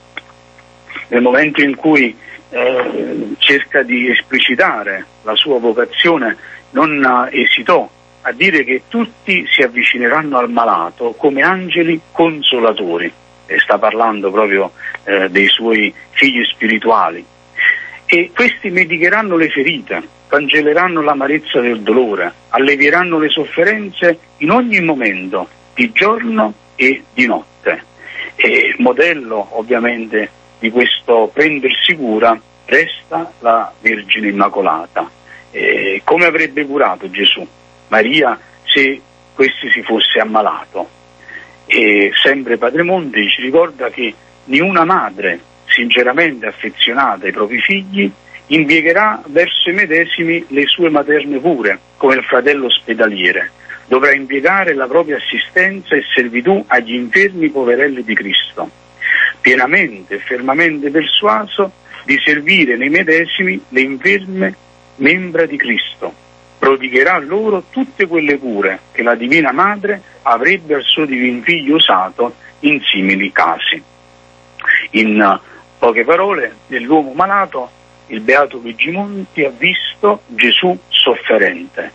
Speaker 3: nel momento in cui eh, cerca di esplicitare la sua vocazione, non esitò a dire che tutti si avvicineranno al malato come angeli consolatori, e sta parlando proprio eh, dei suoi figli spirituali, e questi medicheranno le ferite, cancelleranno l'amarezza del dolore, allevieranno le sofferenze in ogni momento, di giorno e di notte. E il modello ovviamente di questo prendersi cura resta la Vergine Immacolata. E come avrebbe curato Gesù Maria se questi si fosse ammalato? E sempre Padre Monti ci ricorda che né una madre sinceramente affezionata ai propri figli impiegherà verso i medesimi le sue materne cure, come il fratello ospedaliere dovrà impiegare la propria assistenza e servitù agli infermi poverelli di Cristo, pienamente e fermamente persuaso di servire nei medesimi le inferme membra di Cristo. Prodigherà loro tutte quelle cure che la Divina Madre avrebbe al suo Divin Figlio usato in simili casi. In uh, poche parole, nell'uomo malato il Beato Luigi Monti ha visto Gesù sofferente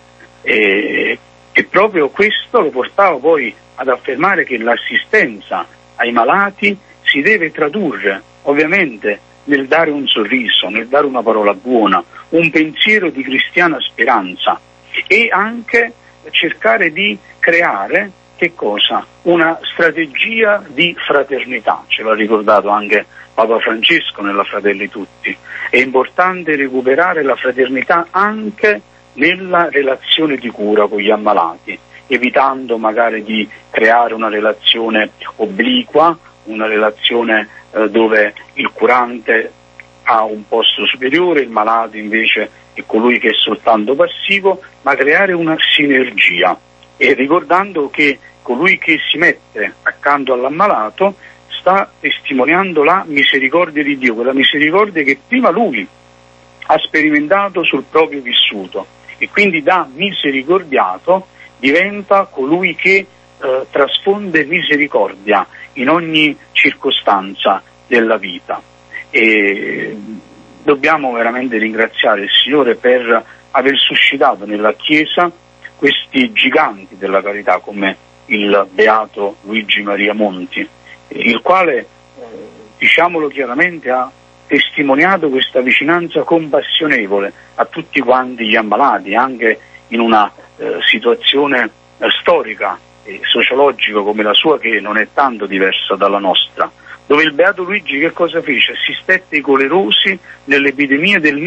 Speaker 3: e, e proprio questo lo portava poi ad affermare che l'assistenza ai malati si deve tradurre ovviamente nel dare un sorriso, nel dare una parola buona, un pensiero di cristiana speranza, e anche cercare di creare che cosa? Una strategia di fraternità, ce l'ha ricordato anche Papa Francesco nella Fratelli Tutti. È importante recuperare la fraternità anche nella relazione di cura con gli ammalati, evitando magari di creare una relazione obliqua, una relazione eh, dove il curante ha un posto superiore, il malato invece è colui che è soltanto passivo, ma creare una sinergia, e ricordando che colui che si mette accanto all'ammalato sta testimoniando la misericordia di Dio, quella misericordia che prima lui ha sperimentato sul proprio vissuto, e quindi da misericordiato diventa colui che eh, trasfonde misericordia in ogni circostanza della vita. E dobbiamo veramente ringraziare il Signore per aver suscitato nella Chiesa questi giganti della carità come il beato Luigi Maria Monti, il quale, eh, diciamolo chiaramente, ha testimoniato questa vicinanza compassionevole a tutti quanti gli ammalati, anche in una eh, situazione eh, storica e sociologica come la sua, che non è tanto diversa dalla nostra, dove il beato Luigi che cosa fece? Assistette i colerosi nell'epidemia del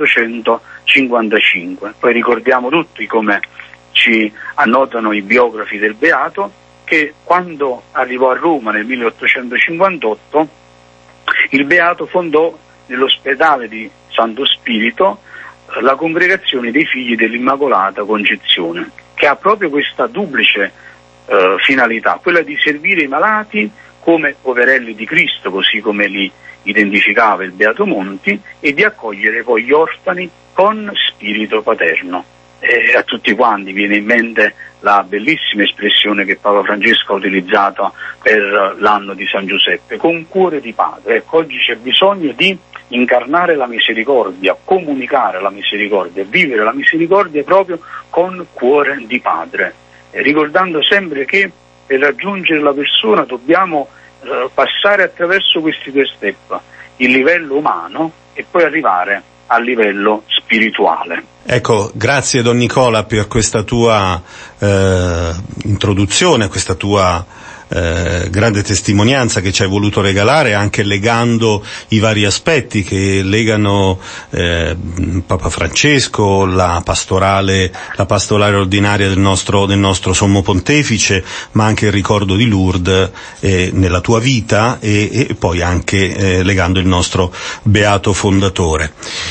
Speaker 3: milleottocentocinquantacinque. Poi ricordiamo tutti, come ci annotano i biografi del beato, che quando arrivò a Roma nel milleottocentocinquantotto il beato fondò nell'ospedale di Santo Spirito eh, la congregazione dei figli dell'Immacolata Concezione, che ha proprio questa duplice eh, finalità, quella di servire i malati come poverelli di Cristo, così come li identificava il beato Monti, e di accogliere poi gli orfani con spirito paterno. E a tutti quanti viene in mente la bellissima espressione che Papa Francesco ha utilizzato per l'anno di San Giuseppe: con cuore di padre. Ecco, oggi c'è bisogno di incarnare la misericordia, comunicare la misericordia, vivere la misericordia proprio con cuore di padre, e ricordando sempre che per raggiungere la persona dobbiamo eh, passare attraverso questi due step, il livello umano e poi arrivare al livello spirituale.
Speaker 1: Ecco, grazie Don Nicola per questa tua eh, introduzione, questa tua eh, grande testimonianza che ci hai voluto regalare, anche legando i vari aspetti che legano eh, Papa Francesco, la pastorale, la pastorale ordinaria del nostro, del nostro Sommo Pontefice, ma anche il ricordo di Lourdes eh, nella tua vita e, e poi anche eh, legando il nostro beato fondatore.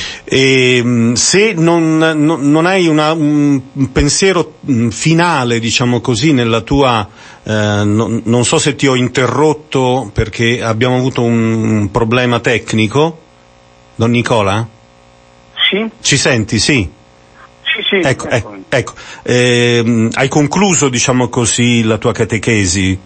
Speaker 1: E se non, non, non hai una, un pensiero finale, diciamo così, nella tua eh, non, non so se ti ho interrotto perché abbiamo avuto un problema tecnico. Don Nicola?
Speaker 3: Sì.
Speaker 1: Ci senti? Sì.
Speaker 3: Sì, sì.
Speaker 1: Ecco, ecco, ecco. Eh, hai concluso, diciamo così, la tua catechesi?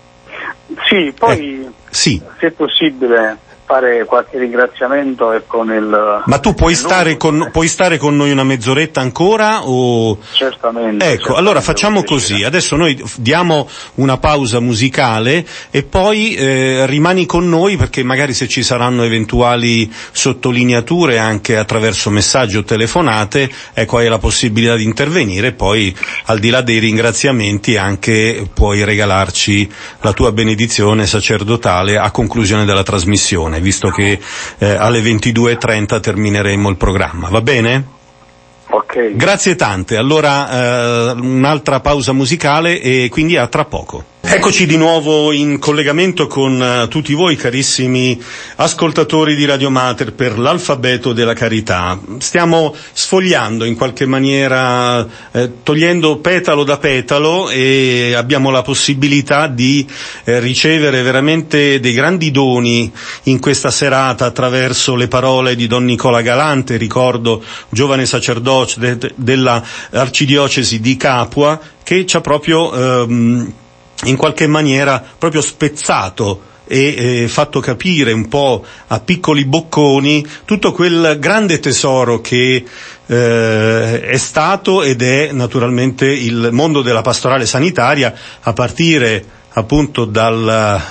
Speaker 3: Sì, poi
Speaker 1: eh, sì.
Speaker 3: se è possibile fare qualche ringraziamento, ecco, nel...
Speaker 1: Ma tu puoi stare con, puoi stare con noi una mezz'oretta ancora o...
Speaker 3: Certamente.
Speaker 1: Ecco,
Speaker 3: certamente,
Speaker 1: allora facciamo così, adesso noi diamo una pausa musicale e poi eh, rimani con noi, perché magari se ci saranno eventuali sottolineature anche attraverso messaggi o telefonate, ecco, hai la possibilità di intervenire, e poi al di là dei ringraziamenti anche puoi regalarci la tua benedizione sacerdotale a conclusione della trasmissione, visto che eh, alle ventidue e trenta termineremo il programma, va bene?
Speaker 3: Ok.
Speaker 1: Grazie tante, allora eh, un'altra pausa musicale e quindi a tra poco. Eccoci di nuovo in collegamento con uh, tutti voi carissimi ascoltatori di Radio Mater per l'alfabeto della carità. Stiamo sfogliando in qualche maniera, eh, togliendo petalo da petalo, e abbiamo la possibilità di eh, ricevere veramente dei grandi doni in questa serata attraverso le parole di Don Nicola Galante, ricordo giovane sacerdote de- de- della arcidiocesi di Capua, che ci ha proprio ehm, in qualche maniera proprio spezzato e eh, fatto capire un po' a piccoli bocconi tutto quel grande tesoro che eh, è stato ed è naturalmente il mondo della pastorale sanitaria, a partire appunto dal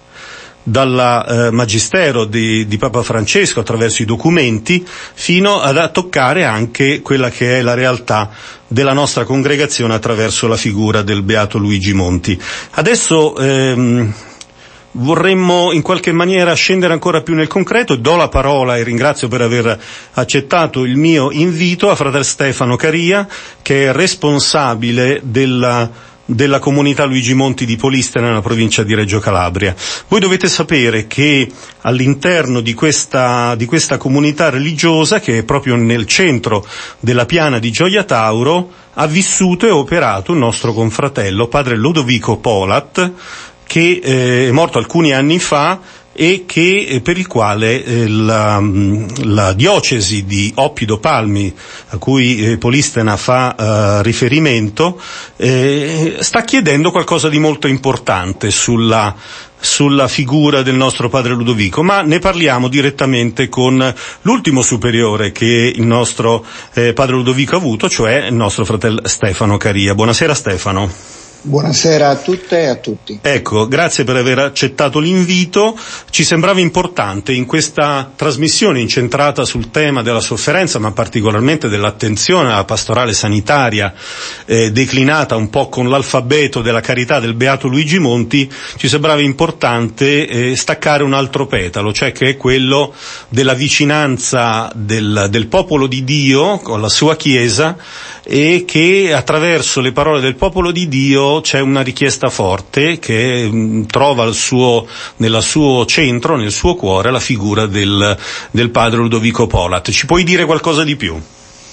Speaker 1: dal eh, magistero di, di Papa Francesco attraverso i documenti, fino ad a toccare anche quella che è la realtà della nostra congregazione attraverso la figura del beato Luigi Monti. Adesso ehm, vorremmo in qualche maniera scendere ancora più nel concreto. Do la parola e ringrazio per aver accettato il mio invito a fratel Stefano Caria, che è responsabile della della comunità Luigi Monti di Polistena nella provincia di Reggio Calabria. Voi dovete sapere che all'interno di questa, di questa comunità religiosa, che è proprio nel centro della piana di Gioia Tauro, ha vissuto e operato un nostro confratello, padre Lodovico Polat, che eh, è morto alcuni anni fa e che per il quale eh, la, la diocesi di Oppido Palmi, a cui eh, Polistena fa eh, riferimento, eh, sta chiedendo qualcosa di molto importante sulla sulla figura del nostro padre Ludovico, ma ne parliamo direttamente con l'ultimo superiore che il nostro eh, padre Ludovico ha avuto, cioè il nostro fratello Stefano Caria. Buonasera Stefano.
Speaker 4: Buonasera a tutte e a tutti.
Speaker 1: Ecco, grazie per aver accettato l'invito. Ci sembrava importante in questa trasmissione incentrata sul tema della sofferenza, ma particolarmente dell'attenzione alla pastorale sanitaria, eh, declinata un po' con l'alfabeto della carità del Beato Luigi Monti, ci sembrava importante eh, staccare un altro petalo, cioè che è quello della vicinanza del, del popolo di Dio con la sua Chiesa, e che attraverso le parole del popolo di Dio c'è una richiesta forte che mh, trova il suo, nel suo centro, nel suo cuore, la figura del, del padre Ludovico Polat. Ci puoi dire qualcosa di più?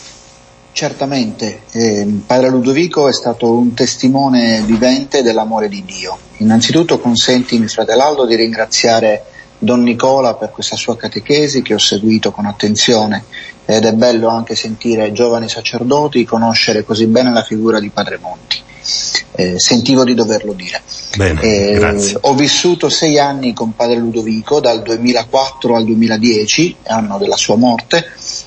Speaker 4: Certamente, eh, padre Ludovico è stato un testimone vivente dell'amore di Dio. Innanzitutto consentimi, fratello Aldo, di ringraziare Don Nicola per questa sua catechesi che ho seguito con attenzione, ed è bello anche sentire giovani sacerdoti conoscere così bene la figura di Padre Monti. Eh, sentivo di doverlo dire.
Speaker 1: Bene,
Speaker 4: eh,
Speaker 1: grazie.
Speaker 4: Ho vissuto sei anni con Padre Ludovico, dal duemilaquattro al duemiladieci, anno della sua morte,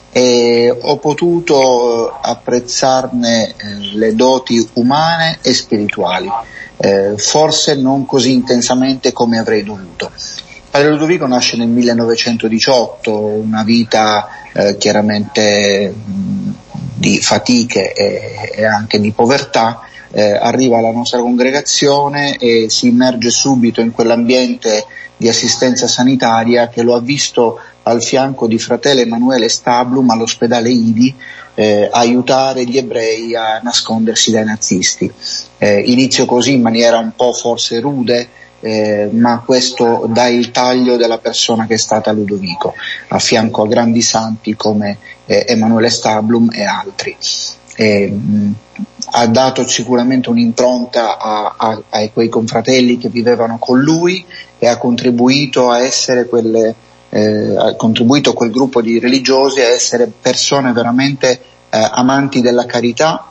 Speaker 4: e ho potuto apprezzarne eh, le doti umane e spirituali, eh, forse non così intensamente come avrei dovuto. Padre Ludovico nasce nel millenovecentodiciotto, una vita eh, chiaramente mh, di fatiche e, e anche di povertà, eh, arriva alla nostra congregazione e si immerge subito in quell'ambiente di assistenza sanitaria che lo ha visto al fianco di fratello Emanuele Stablum all'ospedale Idi eh, aiutare gli ebrei a nascondersi dai nazisti. Eh, inizio così in maniera un po' forse rude, Eh, ma questo dà il taglio della persona che è stata Ludovico, a fianco a grandi santi come eh, Emanuele Stablum e altri. Eh, mh, ha dato sicuramente un'impronta a, a, a quei confratelli che vivevano con lui e ha contribuito a essere quelle, eh, ha contribuito quel gruppo di religiosi a essere persone veramente eh, amanti della carità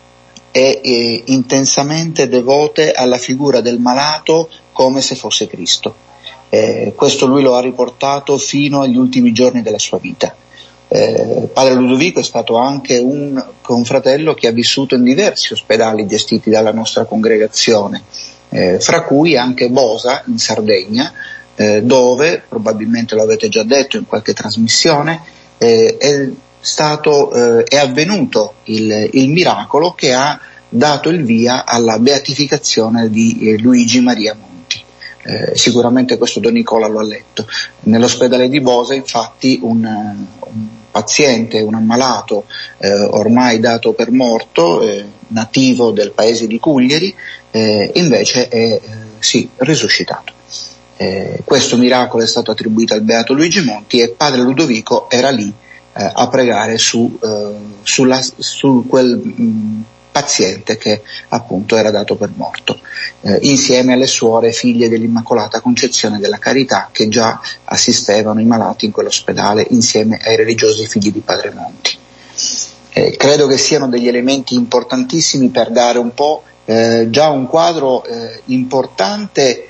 Speaker 4: e eh, intensamente devote alla figura del malato come se fosse Cristo. Eh, questo lui lo ha riportato fino agli ultimi giorni della sua vita. Eh, padre Ludovico è stato anche un confratello che ha vissuto in diversi ospedali gestiti dalla nostra congregazione, eh, fra cui anche Bosa in Sardegna, eh, dove, probabilmente lo avete già detto in qualche trasmissione, eh, è stato, eh, è avvenuto il, il miracolo che ha dato il via alla beatificazione di eh, Luigi Maria Monti. Eh, sicuramente questo Don Nicola lo ha letto. Nell'ospedale di Bosa infatti un, un paziente, un ammalato eh, ormai dato per morto, eh, nativo del paese di Cuglieri, eh, invece è eh, sì, risuscitato. Eh, questo miracolo è stato attribuito al Beato Luigi Monti e padre Ludovico era lì eh, a pregare su, eh, sulla, su quel mh, paziente che appunto era dato per morto, eh, insieme alle suore figlie dell'Immacolata Concezione della Carità che già assistevano i malati in quell'ospedale insieme ai religiosi figli di Padre Monti. Eh, credo che siano degli elementi importantissimi per dare un po' eh, già un quadro eh, importante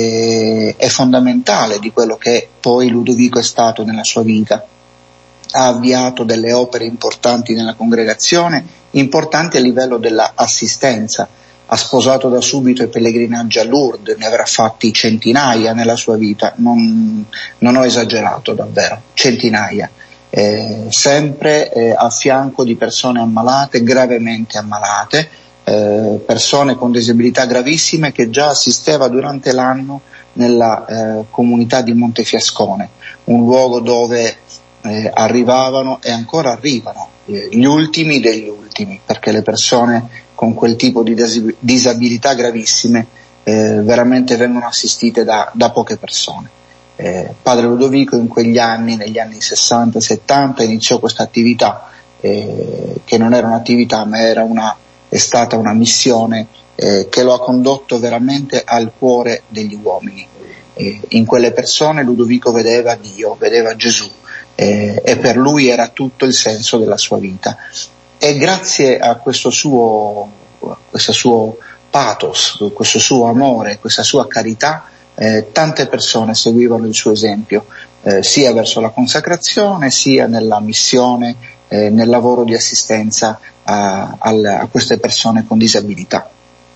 Speaker 4: e fondamentale di quello che poi Ludovico è stato nella sua vita. Ha avviato delle opere importanti nella congregazione, importanti a livello dell'assistenza, ha sposato da subito i pellegrinaggi a Lourdes, ne avrà fatti centinaia nella sua vita, non, non ho esagerato davvero, centinaia, eh, sempre eh, a fianco di persone ammalate, gravemente ammalate, eh, persone con disabilità gravissime che già assisteva durante l'anno nella eh, comunità di Montefiascone, un luogo dove Eh, arrivavano e ancora arrivano eh, gli ultimi degli ultimi, perché le persone con quel tipo di dis- disabilità gravissime eh, veramente vengono assistite da, da poche persone. Eh, padre Ludovico in quegli anni, negli anni sessanta settanta, iniziò questa attività eh, che non era un'attività ma era una, è stata una missione eh, che lo ha condotto veramente al cuore degli uomini. Eh, in quelle persone Ludovico vedeva Dio, vedeva Gesù, eh, e per lui era tutto il senso della sua vita. E grazie a questo suo, a questo suo pathos, questo suo amore, questa sua carità, eh, tante persone seguivano il suo esempio, eh, sia verso la consacrazione, sia nella missione, eh, nel lavoro di assistenza a, a, a queste persone con disabilità.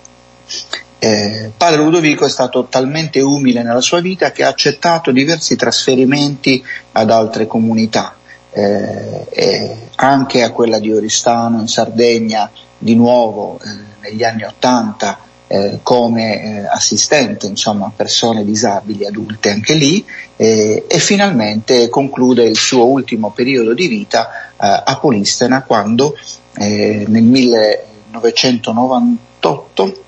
Speaker 4: Eh, padre Ludovico è stato talmente umile nella sua vita che ha accettato diversi trasferimenti ad altre comunità, eh, eh, anche a quella di Oristano in Sardegna, di nuovo eh, negli anni Ottanta, eh, come eh, assistente, insomma, a persone disabili adulte anche lì, eh, e finalmente conclude il suo ultimo periodo di vita eh, a Polistena, quando eh, nel millenovecentonovantotto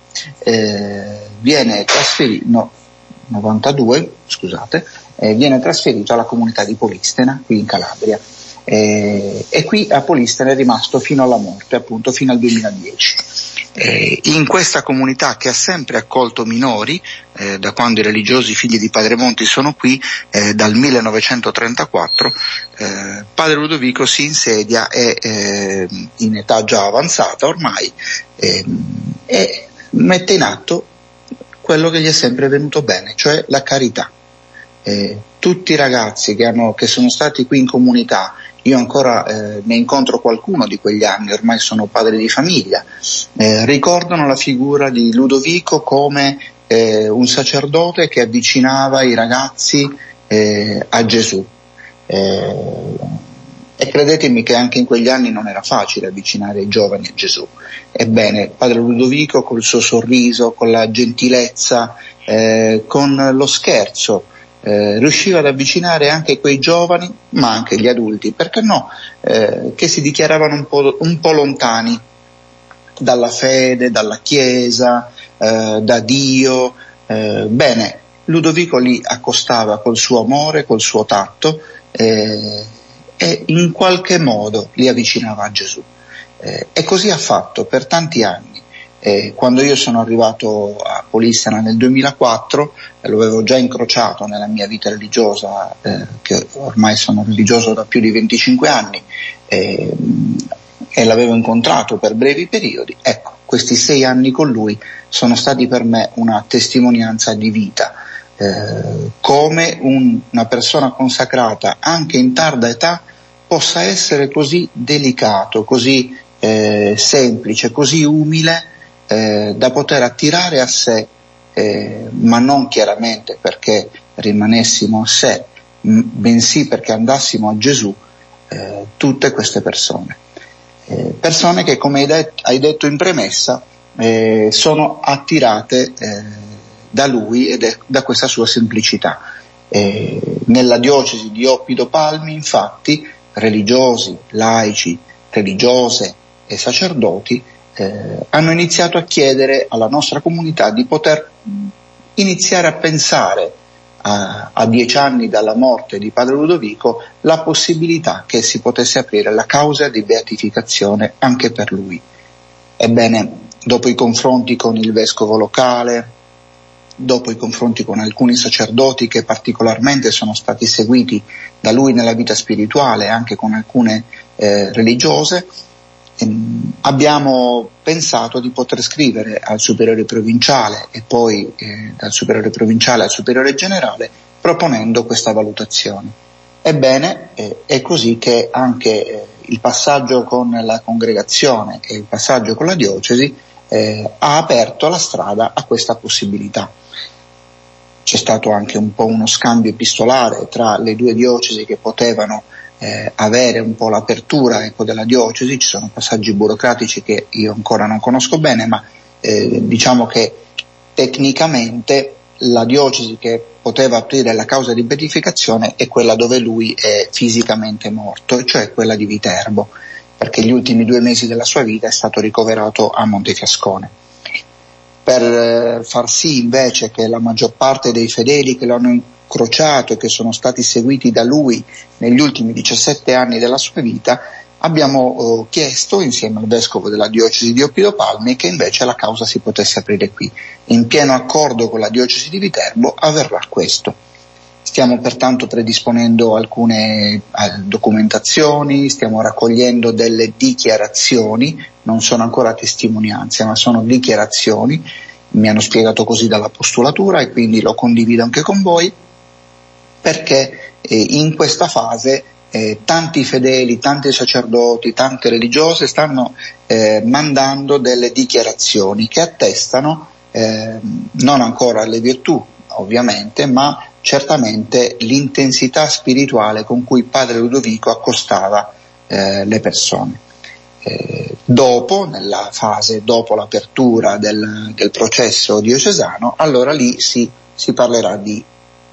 Speaker 4: eh, viene trasferito, no, novantadue, scusate, eh, viene trasferito alla comunità di Polistena, qui in Calabria. Eh, e qui a Polistena è rimasto fino alla morte, appunto fino al duemiladieci. Eh, in questa comunità, che ha sempre accolto minori, eh, da quando i religiosi figli di Padre Monti sono qui, eh, dal millenovecentotrentaquattro, eh, Padre Ludovico si insedia e, eh, in età già avanzata ormai, eh, e mette in atto quello che gli è sempre venuto bene, cioè la carità. Eh, tutti i ragazzi che, hanno, che sono stati qui in comunità, io ancora eh, ne incontro qualcuno di quegli anni, ormai sono padre di famiglia, eh, ricordano la figura di Ludovico come eh, un sacerdote che avvicinava i ragazzi eh, a Gesù. Eh, e credetemi che anche in quegli anni non era facile avvicinare i giovani a Gesù. Ebbene, padre Ludovico col suo sorriso, con la gentilezza, eh, con lo scherzo, Eh, riusciva ad avvicinare anche quei giovani, ma anche gli adulti, perché no, eh, che si dichiaravano un po', un po' lontani dalla fede, dalla Chiesa, eh, da Dio. Eh, bene, Ludovico li accostava col suo amore, col suo tatto, eh, e in qualche modo li avvicinava a Gesù. Eh, e così ha fatto per tanti anni. Eh, quando io sono arrivato a Polistena nel duemilaquattro, eh, lo avevo già incrociato nella mia vita religiosa, eh, che ormai sono religioso da più di venticinque anni, eh, e l'avevo incontrato per brevi periodi. Ecco, questi sei anni con lui sono stati per me una testimonianza di vita, eh, come un, una persona consacrata anche in tarda età possa essere così delicato, così eh, semplice, così umile, Eh, da poter attirare a sé, eh, ma non chiaramente perché rimanessimo a sé, m- bensì perché andassimo a Gesù, eh, tutte queste persone. Eh, persone che, come hai, det- hai detto in premessa, eh, sono attirate eh, da lui e de- da questa sua semplicità. Eh, nella diocesi di Oppido Palmi, infatti, religiosi, laici, religiose e sacerdoti Eh, hanno iniziato a chiedere alla nostra comunità di poter iniziare a pensare a, a dieci anni dalla morte di padre Ludovico la possibilità che si potesse aprire la causa di beatificazione anche per lui. Ebbene, dopo i confronti con il vescovo locale, dopo i confronti con alcuni sacerdoti che particolarmente sono stati seguiti da lui nella vita spirituale, anche con alcune eh, religiose, abbiamo pensato di poter scrivere al superiore provinciale e poi eh, dal superiore provinciale al superiore generale proponendo questa valutazione. Ebbene, eh, è così che anche eh, il passaggio con la congregazione e il passaggio con la diocesi eh, ha aperto la strada a questa possibilità. C'è stato anche un po' uno scambio epistolare tra le due diocesi che potevano Eh, avere un po' l'apertura, ecco, della diocesi. Ci sono passaggi burocratici che io ancora non conosco bene, ma eh, diciamo che tecnicamente la diocesi che poteva aprire la causa di beatificazione è quella dove lui è fisicamente morto, cioè quella di Viterbo, perché gli ultimi due mesi della sua vita è stato ricoverato a Montefiascone. Per eh, far sì invece che la maggior parte dei fedeli che lo hanno incrociato e che sono stati seguiti da lui negli ultimi diciassette anni della sua vita abbiamo eh, chiesto insieme al vescovo della diocesi di Oppido Palmi che invece la causa si potesse aprire qui. In pieno accordo con la diocesi di Viterbo avverrà questo. Stiamo pertanto predisponendo alcune eh, documentazioni, stiamo raccogliendo delle dichiarazioni, non sono ancora testimonianze ma sono dichiarazioni, mi hanno spiegato così dalla postulatura e quindi lo condivido anche con voi, perché eh, in questa fase eh, tanti fedeli, tanti sacerdoti, tante religiose stanno eh, mandando delle dichiarazioni che attestano eh, non ancora le virtù ovviamente, ma certamente l'intensità spirituale con cui padre Ludovico accostava eh, le persone. Eh, dopo, nella fase dopo l'apertura del, del processo diocesano, allora lì si, si parlerà di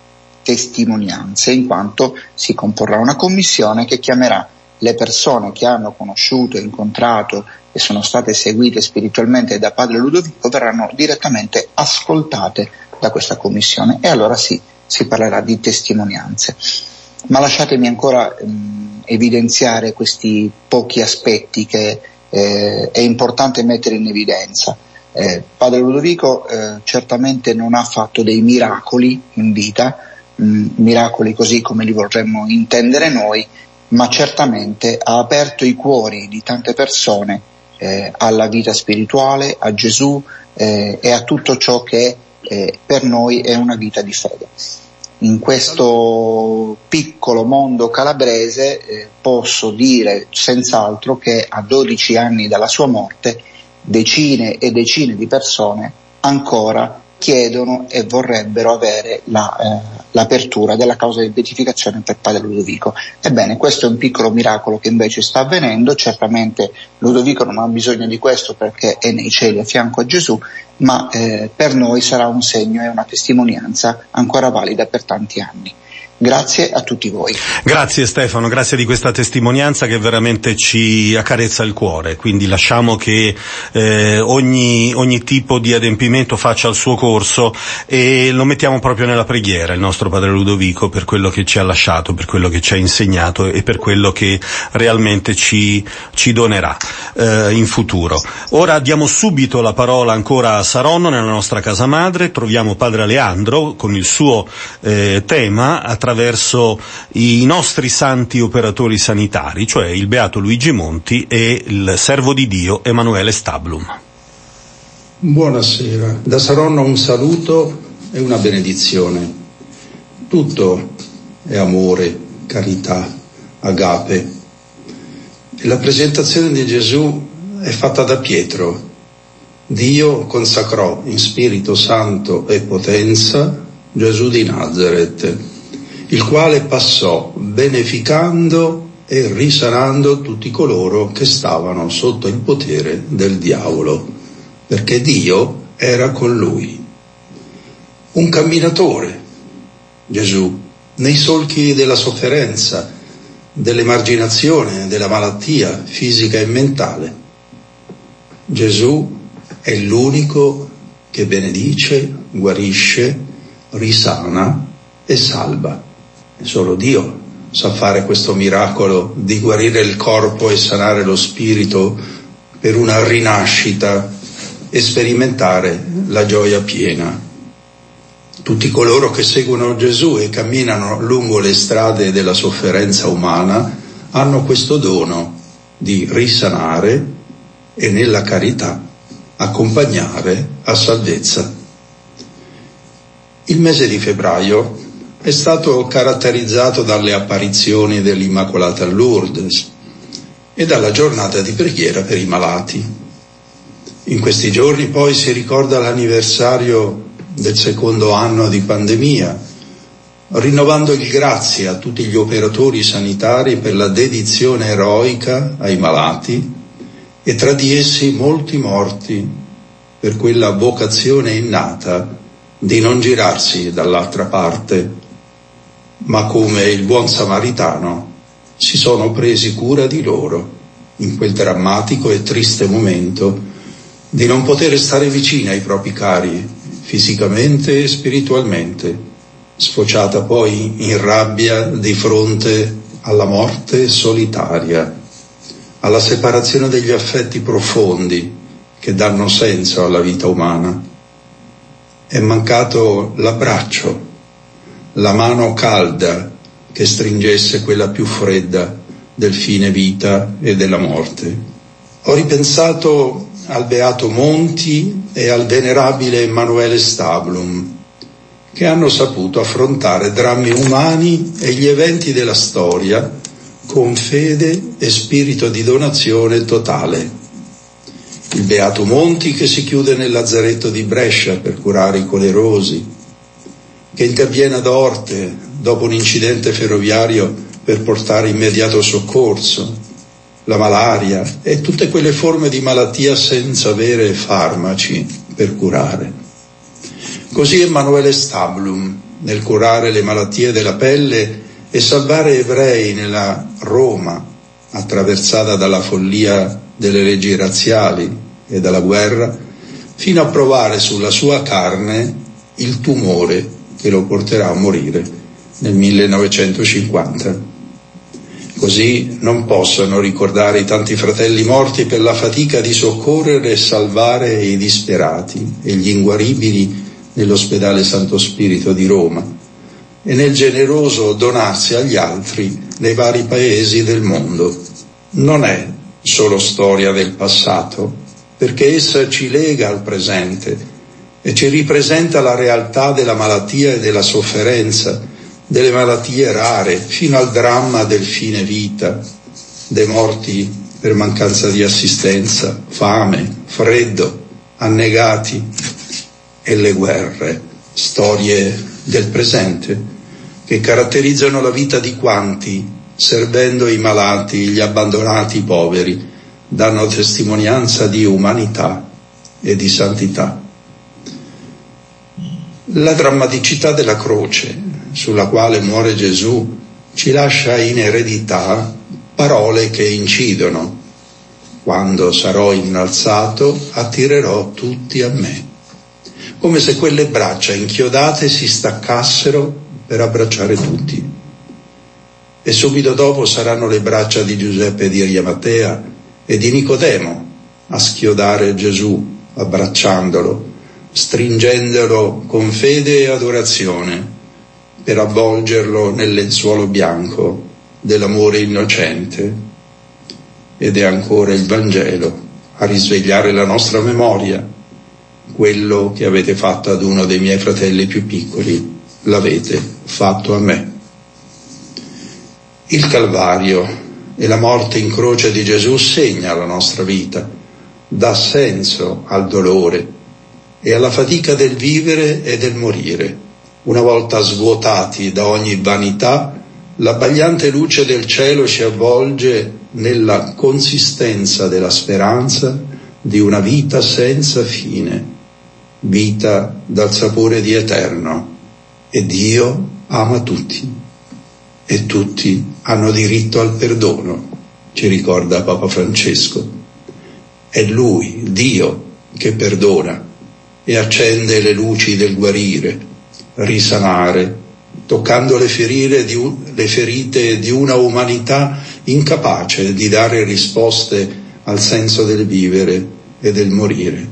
Speaker 4: testimonianze, in quanto si comporrà una commissione che chiamerà le persone che hanno conosciuto, incontrato e sono state seguite spiritualmente da padre Ludovico, verranno direttamente ascoltate da questa commissione e allora sì, si parlerà di testimonianze. Ma lasciatemi ancora ehm, evidenziare questi pochi aspetti che eh, è importante mettere in evidenza. Eh, padre Ludovico eh, certamente non ha fatto dei miracoli in vita, mh, miracoli così come li vorremmo intendere noi, ma certamente ha aperto i cuori di tante persone eh, alla vita spirituale, a Gesù eh, e a tutto ciò che eh, per noi è una vita di fede. In questo piccolo mondo calabrese eh, posso dire senz'altro che a dodici anni dalla sua morte decine e decine di persone ancora chiedono e vorrebbero avere la, eh, l'apertura della causa di beatificazione per padre Ludovico. Ebbene, questo è un piccolo miracolo che invece sta avvenendo. Certamente Ludovico non ha bisogno di questo perché è nei cieli a fianco a Gesù, ma eh, per noi sarà un segno e una testimonianza ancora valida per tanti anni. Grazie a tutti voi.
Speaker 1: Grazie Stefano, grazie di questa testimonianza che veramente ci accarezza il cuore, quindi lasciamo che eh, ogni, ogni tipo di adempimento faccia il suo corso e lo mettiamo proprio nella preghiera, il nostro padre Ludovico, per quello che ci ha lasciato, per quello che ci ha insegnato e per quello che realmente ci, ci donerà eh, in futuro. Ora diamo subito la parola ancora a Saronno, nella nostra casa madre, troviamo padre Aleandro con il suo eh, tema attraverso i nostri santi operatori sanitari, cioè il beato Luigi Monti e il servo di Dio Emanuele Stablum.
Speaker 5: Buonasera, da Saronno un saluto e una benedizione. Tutto è amore, carità, agape. E la presentazione di Gesù è fatta da Pietro. Dio consacrò in Spirito Santo e potenza Gesù di Nazaret, il quale passò beneficando e risanando tutti coloro che stavano sotto il potere del diavolo, perché Dio era con lui. Un camminatore, Gesù, nei solchi della sofferenza, dell'emarginazione, della malattia fisica e mentale. Gesù è l'unico che benedice, guarisce, risana e salva. Solo Dio sa fare questo miracolo di guarire il corpo e sanare lo spirito per una rinascita e sperimentare la gioia piena. Tutti coloro che seguono Gesù e camminano lungo le strade della sofferenza umana hanno questo dono di risanare e nella carità accompagnare a salvezza. Il mese di febbraio è stato caratterizzato dalle apparizioni dell'Immacolata a Lourdes e dalla giornata di preghiera per i malati. In questi giorni poi si ricorda l'anniversario del secondo anno di pandemia, rinnovando il grazie a tutti gli operatori sanitari per la dedizione eroica ai malati e tra di essi molti morti per quella vocazione innata di non girarsi dall'altra parte, ma come il buon samaritano si sono presi cura di loro in quel drammatico e triste momento di non poter stare vicini ai propri cari fisicamente e spiritualmente, sfociata poi in rabbia di fronte alla morte solitaria. alla separazione degli affetti profondi che danno senso alla vita umana. È mancato l'abbraccio, la mano calda che stringesse quella più fredda del fine vita e della morte. Ho ripensato al beato Monti e al venerabile Emanuele Stablum, che hanno saputo affrontare drammi umani e gli eventi della storia con fede e spirito di donazione totale. Il beato Monti che si chiude nel lazzaretto di Brescia per curare i colerosi, che interviene ad Orte dopo un incidente ferroviario per portare immediato soccorso, la malaria e tutte quelle forme di malattia senza avere farmaci per curare. Così Emanuele Stablum, nel curare le malattie della pelle e salvare ebrei nella Roma attraversata dalla follia delle leggi razziali e dalla guerra, fino a provare sulla sua carne il tumore che lo porterà a morire nel millenovecentocinquanta. Così non possono ricordare i tanti fratelli morti per la fatica di soccorrere e salvare i disperati e gli inguaribili nell'ospedale Santo Spirito di Roma e nel generoso donarsi agli altri nei vari paesi del mondo. Non è solo storia del passato, perché essa ci lega al presente e ci ripresenta la realtà della malattia e della sofferenza, delle malattie rare, fino al dramma del fine vita, dei morti per mancanza di assistenza, fame, freddo, annegati, e le guerre, storie del presente che caratterizzano la vita di quanti, servendo i malati, gli abbandonati, i poveri, danno testimonianza di umanità e di santità. La drammaticità della croce sulla quale muore Gesù ci lascia in eredità parole che incidono: quando sarò innalzato attirerò tutti a me. Come se quelle braccia inchiodate si staccassero per abbracciare tutti. E subito dopo saranno le braccia di Giuseppe e di Arimatea e di Nicodemo a schiodare Gesù, abbracciandolo, stringendolo con fede e adorazione, per avvolgerlo nel lenzuolo bianco dell'amore innocente. Ed è ancora il Vangelo a risvegliare la nostra memoria. Quello che avete fatto ad uno dei miei fratelli più piccoli, l'avete fatto a me. Il Calvario e la morte in croce di Gesù segna la nostra vita, dà senso al dolore e alla fatica del vivere e del morire. Una volta svuotati da ogni vanità, l'abbagliante luce del cielo ci avvolge nella consistenza della speranza di una vita senza fine, vita dal sapore di eterno. E Dio ama tutti e tutti hanno diritto al perdono, ci ricorda Papa Francesco. È Lui, Dio, che perdona e accende le luci del guarire, risanare, toccando le ferite di, un, le ferite di una umanità incapace di dare risposte al senso del vivere e del morire.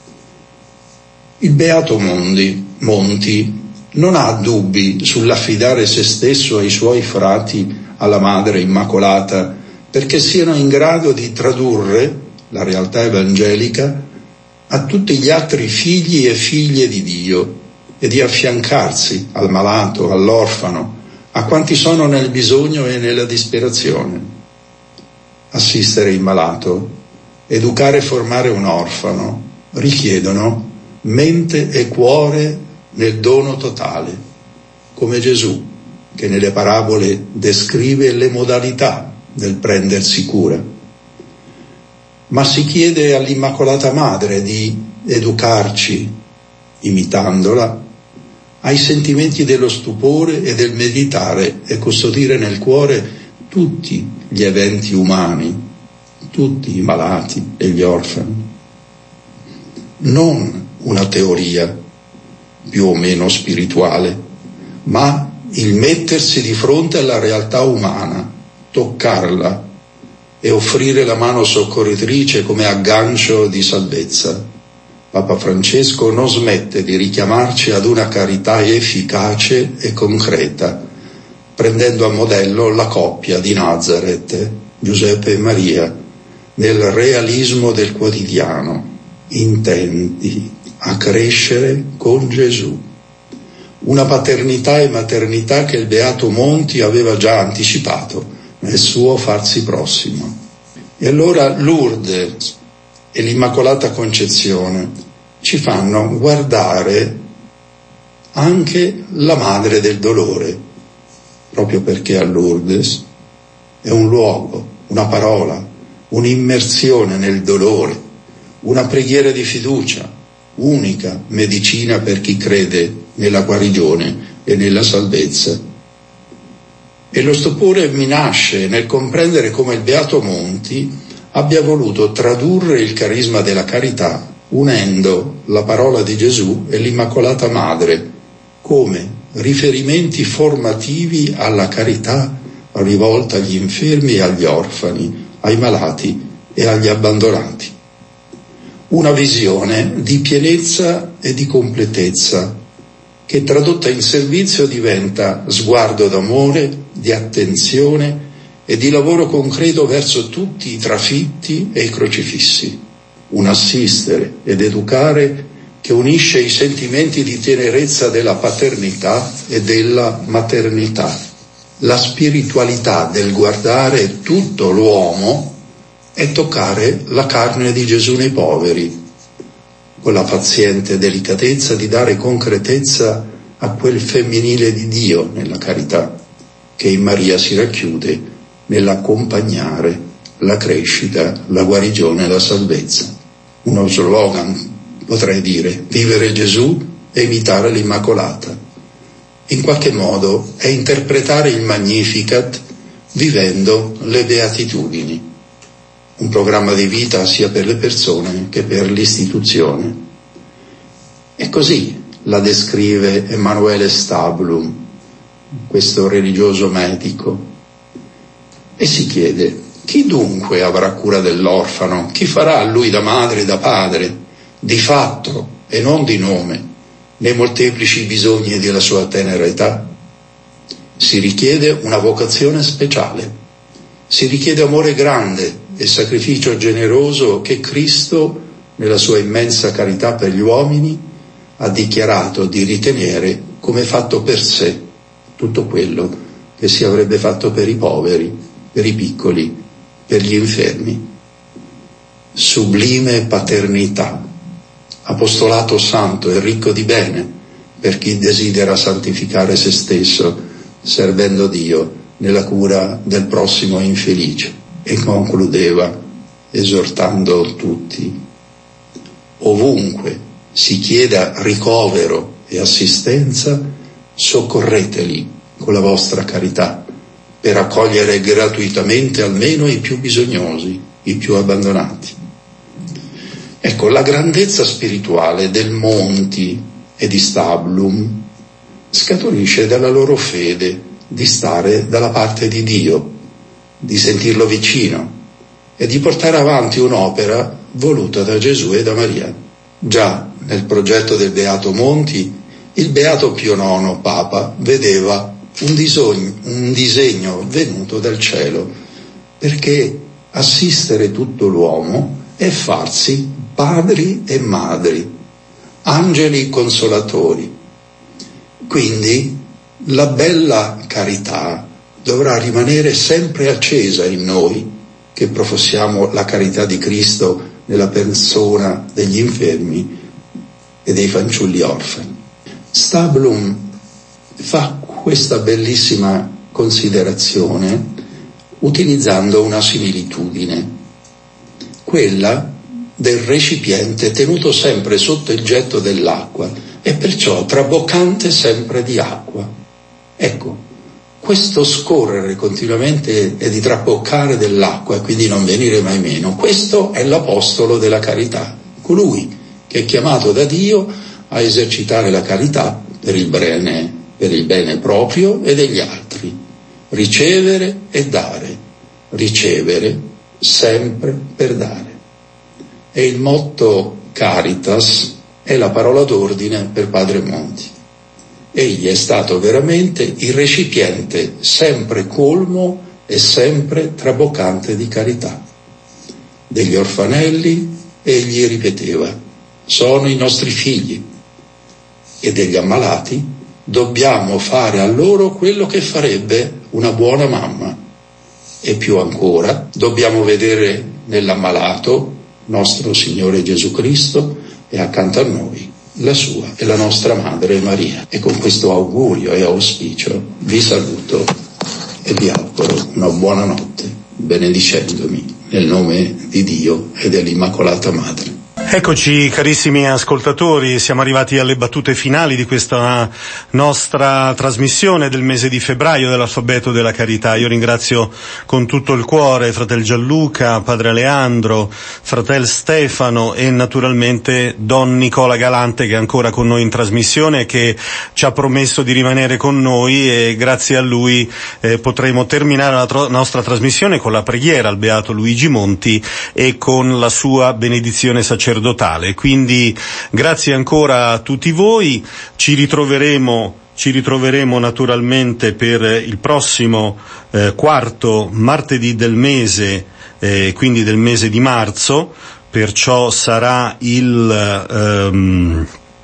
Speaker 5: Il beato Monti, Monti non ha dubbi sull'affidare se stesso ai suoi frati alla Madre Immacolata perché siano in grado di tradurre la realtà evangelica a tutti gli altri figli e figlie di Dio e di affiancarsi al malato, all'orfano, a quanti sono nel bisogno e nella disperazione. Assistere il malato, educare e formare un orfano richiedono mente e cuore nel dono totale, come Gesù, che nelle parabole descrive le modalità del prendersi cura. Ma si chiede all'Immacolata Madre di educarci, imitandola, ai sentimenti dello stupore e del meditare e custodire nel cuore tutti gli eventi umani, tutti i malati e gli orfani. Non una teoria più o meno spirituale, ma il mettersi di fronte alla realtà umana, toccarla e offrire la mano soccorritrice come aggancio di salvezza. Papa Francesco non smette di richiamarci ad una carità efficace e concreta, prendendo a modello la coppia di Nazareth, Giuseppe e Maria, nel realismo del quotidiano, intenti a crescere con Gesù. Una paternità e maternità che il Beato Monti aveva già anticipato nel suo farsi prossimo. E allora Lourdes e l'Immacolata Concezione ci fanno guardare anche la madre del dolore, proprio perché a Lourdes è un luogo, una parola, un'immersione nel dolore, una preghiera di fiducia, unica medicina per chi crede nella guarigione e nella salvezza. E lo stupore mi nasce nel comprendere come il Beato Monti abbia voluto tradurre il carisma della carità unendo la parola di Gesù e l'Immacolata Madre come riferimenti formativi alla carità rivolta agli infermi e agli orfani, ai malati e agli abbandonati. Una visione di pienezza e di completezza che tradotta in servizio diventa sguardo d'amore, di attenzione e di lavoro concreto verso tutti i trafitti e i crocifissi. Un assistere ed educare che unisce i sentimenti di tenerezza della paternità e della maternità. La spiritualità del guardare tutto l'uomo è toccare la carne di Gesù nei poveri, con la paziente delicatezza di dare concretezza a quel femminile di Dio nella carità, che in Maria si racchiude nell'accompagnare la crescita, la guarigione e la salvezza. Uno slogan, potrei dire, vivere Gesù e imitare l'Immacolata. In qualche modo è interpretare il Magnificat vivendo le beatitudini. Un programma di vita sia per le persone che per l'istituzione. E così la descrive Emanuele Stablum, questo religioso medico, e si chiede: chi dunque avrà cura dell'orfano? Chi farà a lui da madre e da padre, di fatto e non di nome, nei molteplici bisogni della sua tenera età? Si richiede una vocazione speciale, si richiede amore grande e sacrificio generoso che Cristo, nella sua immensa carità per gli uomini, ha dichiarato di ritenere come fatto per sé tutto quello che si avrebbe fatto per i poveri, per i piccoli, per gli infermi. Sublime paternità, apostolato santo e ricco di bene per chi desidera santificare se stesso, servendo Dio nella cura del prossimo infelice. E concludeva esortando tutti: ovunque si chieda ricovero e assistenza, soccorreteli con la vostra carità per accogliere gratuitamente almeno i più bisognosi, i più abbandonati. Ecco, la grandezza spirituale del Monti e di Stablum scaturisce dalla loro fede di stare dalla parte di Dio, di sentirlo vicino e di portare avanti un'opera voluta da Gesù e da Maria. Già nel progetto del Beato Monti, il Beato Pio nono, Papa, vedeva un disegno, un disegno venuto dal cielo, perché assistere tutto l'uomo è farsi padri e madri, angeli consolatori. Quindi la bella carità dovrà rimanere sempre accesa in noi, che professiamo la carità di Cristo nella persona degli infermi e dei fanciulli orfani. Stablum fa questa bellissima considerazione utilizzando una similitudine, quella del recipiente tenuto sempre sotto il getto dell'acqua e perciò traboccante sempre di acqua. Ecco, questo scorrere continuamente e di traboccare dell'acqua e quindi non venire mai meno, questo è l'apostolo della carità, colui che è chiamato da Dio a esercitare la carità per il bene, per il bene proprio e degli altri, ricevere e dare, ricevere sempre per dare. E il motto Caritas è la parola d'ordine per Padre Monti. Egli è stato veramente il recipiente sempre colmo e sempre traboccante di carità. Degli orfanelli, egli ripeteva, sono i nostri figli, e degli ammalati dobbiamo fare a loro quello che farebbe una buona mamma. E più ancora, dobbiamo vedere nell'ammalato nostro Signore Gesù Cristo e accanto a noi la sua e la nostra Madre Maria. E con questo augurio e auspicio vi saluto e vi auguro una buona notte, benedicendomi nel nome di Dio e dell'Immacolata Madre.
Speaker 1: Eccoci carissimi ascoltatori, siamo arrivati alle battute finali di questa nostra trasmissione del mese di febbraio dell'Alfabeto della Carità. Io ringrazio con tutto il cuore fratel Gianluca, padre Aleandro, fratel Stefano e naturalmente don Nicola Galante, che è ancora con noi in trasmissione e che ci ha promesso di rimanere con noi, e grazie a lui eh, potremo terminare la tro- nostra trasmissione con la preghiera al Beato Luigi Monti e con la sua benedizione sacerdotale. Quindi grazie ancora a tutti voi, ci ritroveremo ci ritroveremo naturalmente per il prossimo eh, quarto martedì del mese, eh, quindi del mese di marzo, perciò sarà il ehm,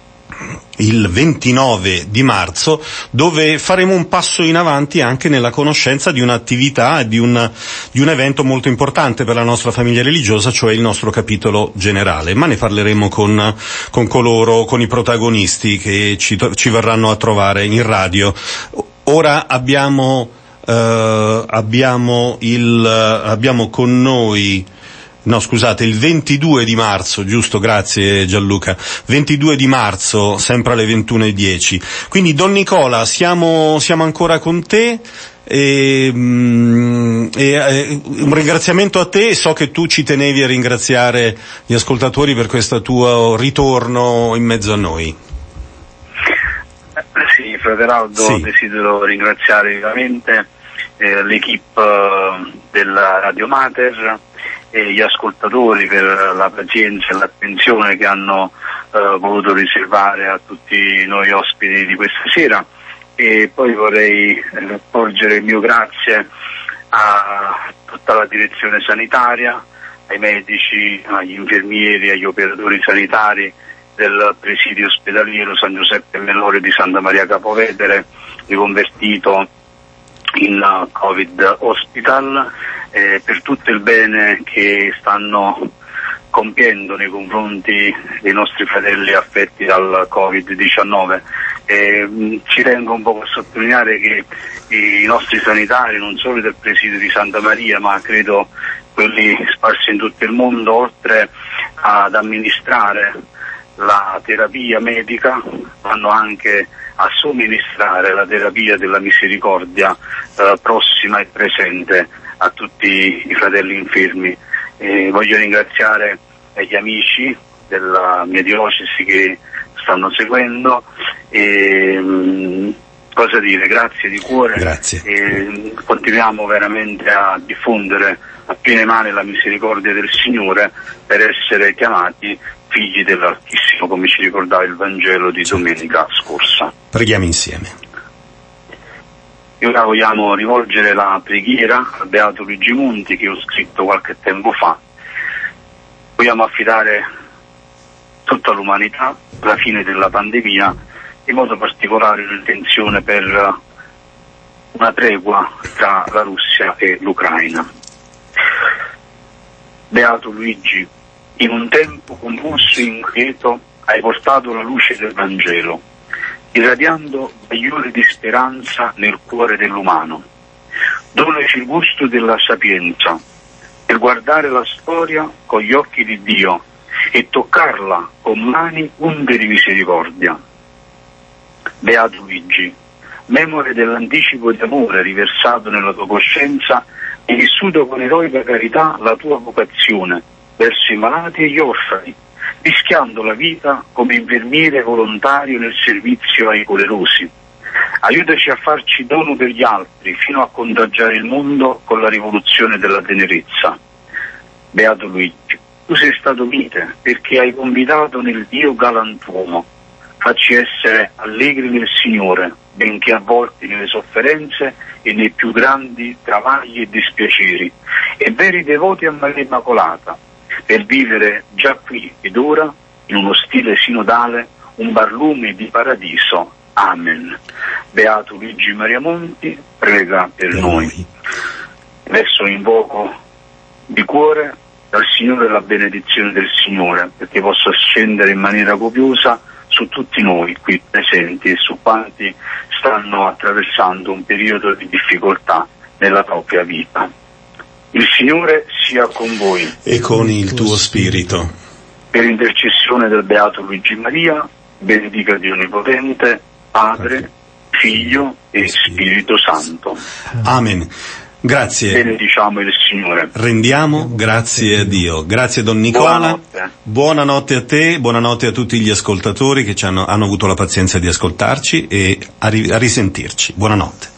Speaker 1: il ventinove di marzo, dove faremo un passo in avanti anche nella conoscenza di un'attività e di un, di un evento molto importante per la nostra famiglia religiosa, cioè il nostro capitolo generale, ma ne parleremo con, con coloro, con i protagonisti che ci, ci verranno a trovare in radio. Ora abbiamo, eh, abbiamo il, abbiamo con noi No, scusate, il ventidue di marzo, giusto, grazie Gianluca, ventidue di marzo, sempre alle ventuno e dieci. Quindi, Don Nicola, siamo, siamo ancora con te, e, e, e un ringraziamento a te, e so che tu ci tenevi a ringraziare gli ascoltatori per questo tuo ritorno in mezzo a noi.
Speaker 3: Sì, Frateraldo, sì. Desidero ringraziare vivamente eh, l'equipe eh, della Radio Mater e gli ascoltatori per la pazienza e l'attenzione che hanno eh, voluto riservare a tutti noi ospiti di questa sera, e poi vorrei eh, porgere il mio grazie a tutta la direzione sanitaria, ai medici, agli infermieri, agli operatori sanitari del presidio ospedaliero San Giuseppe Mellore di Santa Maria Capovetere, riconvertito in Covid Hospital, eh, per tutto il bene che stanno compiendo nei confronti dei nostri fratelli affetti dal Covid diciannove. Eh, ci tengo un po' a sottolineare che i nostri sanitari, non solo del presidio di Santa Maria, ma credo quelli sparsi in tutto il mondo, oltre ad amministrare la terapia medica, vanno anche a somministrare la terapia della misericordia eh, prossima e presente a tutti i fratelli infermi. Eh, voglio ringraziare gli amici della mia diocesi che stanno seguendo, e mh, cosa dire, grazie di cuore.
Speaker 1: Grazie.
Speaker 3: E continuiamo veramente a diffondere a piene mani la misericordia del Signore per essere chiamati figli dell'Altissimo, come ci ricordava il Vangelo di domenica scorsa.
Speaker 1: Preghiamo insieme.
Speaker 3: E ora vogliamo rivolgere la preghiera al Beato Luigi Monti, che ho scritto qualche tempo fa. Vogliamo affidare tutta l'umanità alla fine della pandemia, in modo particolare l'intenzione per una tregua tra la Russia e l'Ucraina. Beato Luigi, in un tempo convulso e inquieto hai portato la luce del Vangelo, irradiando bagliori di speranza nel cuore dell'umano. Donaci il gusto della sapienza per guardare la storia con gli occhi di Dio e toccarla con mani unte di misericordia. Beato Luigi, memore dell'anticipo di amore riversato nella tua coscienza, hai vissuto con eroica carità la tua vocazione verso i malati e gli orfani, rischiando la vita come infermiere volontario nel servizio ai poderosi. Aiutaci a farci dono per gli altri, fino a contagiare il mondo con la rivoluzione della tenerezza. Beato Luigi, tu sei stato mite perché hai confidato nel Dio galantuomo. Facci essere allegri nel Signore, benché avvolti nelle sofferenze e nei più grandi travagli e dispiaceri, e veri devoti a Maria Immacolata, per vivere già qui ed ora, in uno stile sinodale, un barlume di paradiso. Amen. Beato Luigi Maria Monti, prega per, per noi. noi. Adesso invoco di cuore dal Signore la benedizione del Signore, perché possa scendere in maniera copiosa su tutti noi qui presenti e su quanti stanno attraversando un periodo di difficoltà nella propria vita. Il Signore sia con voi
Speaker 1: e con il tuo spirito.
Speaker 3: Per intercessione del Beato Luigi Maria, benedica Dio Onnipotente, Padre, Figlio e Spirito Santo.
Speaker 1: Amen. Grazie.
Speaker 3: Benediciamo il Signore.
Speaker 1: Rendiamo grazie a Dio. Grazie Don Nicola.
Speaker 3: Buonanotte.
Speaker 1: Buonanotte a te, buonanotte a tutti gli ascoltatori che ci hanno, hanno avuto la pazienza di ascoltarci e a, ri, a risentirci. Buonanotte.